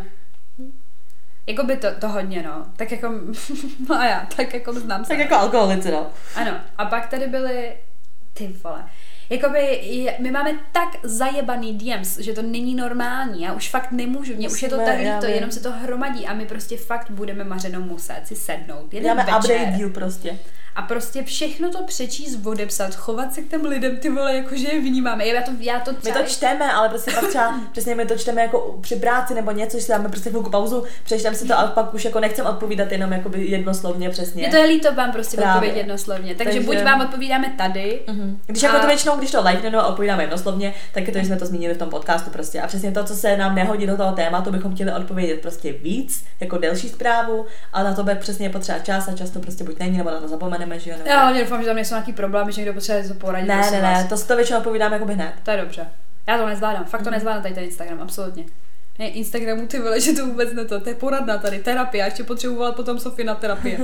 [SPEAKER 1] Jakoby to, to hodně, no. Tak jako, no a já, tak jako znám se.
[SPEAKER 2] Tak jako alkoholici, no.
[SPEAKER 1] Ano. A pak tady byly, ty vole, jakoby je, my máme tak zajebaný D Ms, že to není normální. Já už fakt nemůžu, mně už je to tak líto, jenom se to hromadí a my prostě fakt budeme mařeno muset si sednout. Jeden
[SPEAKER 2] Dáme
[SPEAKER 1] večer.
[SPEAKER 2] update díl prostě.
[SPEAKER 1] A prostě všechno to přečíst, odepsat, chovat se k těm lidem, ty vole, jakože je vnímáme. Já to, já to
[SPEAKER 2] třeba... My to čteme, ale prostě pak třeba, přesně my to čteme jako při práci nebo něco, že si dáme prostě chvilku pauzu, přečteme si to a pak už jako nechcem odpovídat jenom jakoby jednoslovně přesně.
[SPEAKER 1] Mně to je líto vám prostě odpovědět jednoslovně, takže, takže buď vám odpovídáme tady.
[SPEAKER 2] Uh-huh. Když a... jako to většinou, když to lajkneme a odpovídáme jednoslovně, tak je to, že jsme to zmínili v tom podcastu prostě. A přesně to, co se nám nehodí do toho tématu, bychom chtěli odpovědět prostě víc, jako delší zprávu, ale na to bude přesně potřeba čas a často prostě buď není, nebo na to zapomeneme, že jo.
[SPEAKER 1] Já doufám, že tam nejsou nějaký problémy, že někdo potřebuje to poradit.
[SPEAKER 2] Ne, ne, ne, to si to většinou povídáme jako by hned.
[SPEAKER 1] To je dobře. Já to nezvládám, fakt to nezvládám tady ten Instagram, absolutně. Ne, Instagramu ty vole, že to vůbec ne to, to je poradná tady, terapie, já ještě potřebuji volat potom Sofii na terapii.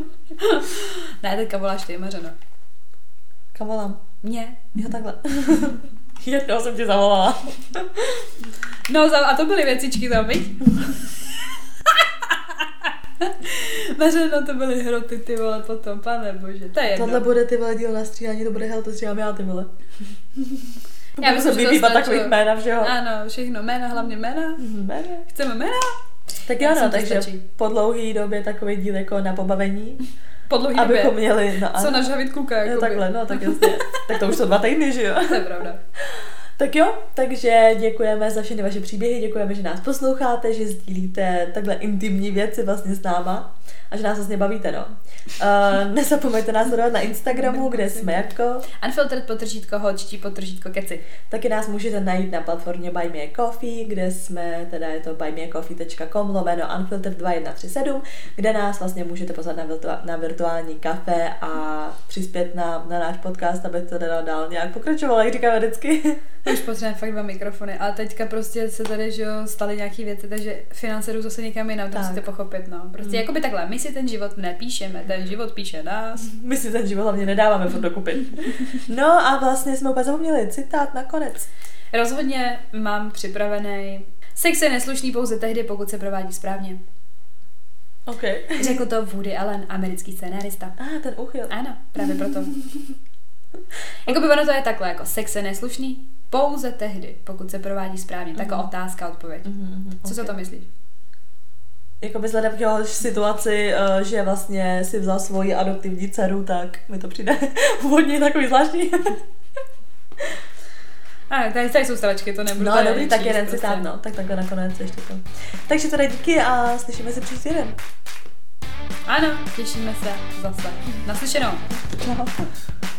[SPEAKER 1] Ne, teďka voláš ty, Mařeno.
[SPEAKER 2] Kam volám?
[SPEAKER 1] Mě.
[SPEAKER 2] Jo, takhle. Jednou jsem ti zavolala.
[SPEAKER 1] No a to byly věcičky tam, viď? Mařeno, to byly hroty, ty vole, potom, pane bože, to je jedno.
[SPEAKER 2] Tohle bude ty vole díl na stříhání, to bude hell, to stříhám já, ty vole.
[SPEAKER 1] Já myslím, že to stačilo.
[SPEAKER 2] Takových jména všeho.
[SPEAKER 1] Ano, všechno, jména, hlavně jména.
[SPEAKER 2] Jména.
[SPEAKER 1] Chceme jména?
[SPEAKER 2] Tak jo, no, takže po dlouhý době takový díl jako na pobavení.
[SPEAKER 1] Po dlouhý
[SPEAKER 2] abychom
[SPEAKER 1] době?
[SPEAKER 2] Měli, no,
[SPEAKER 1] co nažhavit kluka, jako
[SPEAKER 2] no, takhle, no, tak jasně. Tak to už jsou dva týdny, že jo?
[SPEAKER 1] To je pravda.
[SPEAKER 2] Tak jo, takže děkujeme za všechny vaše příběhy, děkujeme, že nás posloucháte, že sdílíte takhle intimní věci vlastně s náma a že nás vlastně bavíte, no. Uh, nezapomeňte nás sledovat na Instagramu, kde jsme jako
[SPEAKER 1] Unfiltered potržítko hočtí potržítko keci.
[SPEAKER 2] Taky nás můžete najít na platformě Buy Me a Coffee, kde jsme, teda je to buymeacoffee tečka com lomeno unfiltered dva jedna tři sedm, kde nás vlastně můžete pozvat na, virtua- na virtuální kafe a přispět na, na náš podcast, aby to teda dál nějak pokračovalo, jak říkáme vždycky.
[SPEAKER 1] Už potřebujeme fakt dva mikrofony, ale teďka prostě se tady, že jo, staly nějaký věci, takže finance jdou zase někam jinam, to musíte pochopit, no. Prostě mm. jakoby takhle, my si ten život nepíšeme, ten život píše nás.
[SPEAKER 2] My si ten život hlavně nedáváme furt dokupy. No a vlastně jsme úplně zapomněli citát nakonec.
[SPEAKER 1] Rozhodně mám připravený. Sex je neslušný pouze tehdy, pokud se provádí správně.
[SPEAKER 2] Okay.
[SPEAKER 1] Řekl to Woody Allen, americký scénárista.
[SPEAKER 2] A ah, ten uchyl.
[SPEAKER 1] Ano, právě proto. Jakoby ono to je takhle, jako sex je neslušný pouze tehdy, pokud se provádí správně. Mm-hmm. Taková otázka, odpověď. Mm-hmm, Co okay. si o tom myslíš?
[SPEAKER 2] Jakoby vzhledem k situaci, že vlastně si vzal svoji adoptivní dceru, tak mi to přijde hodně takový zvláštní.
[SPEAKER 1] A tady, tady jsou stavačky, to nebudu.
[SPEAKER 2] No dobrý, tak jeden citát, no. Tak takhle nakonec ještě to. Takže teda díky a slyšíme se příští týden.
[SPEAKER 1] Ano, těšíme se zase. Naslyšenou.
[SPEAKER 2] Čau.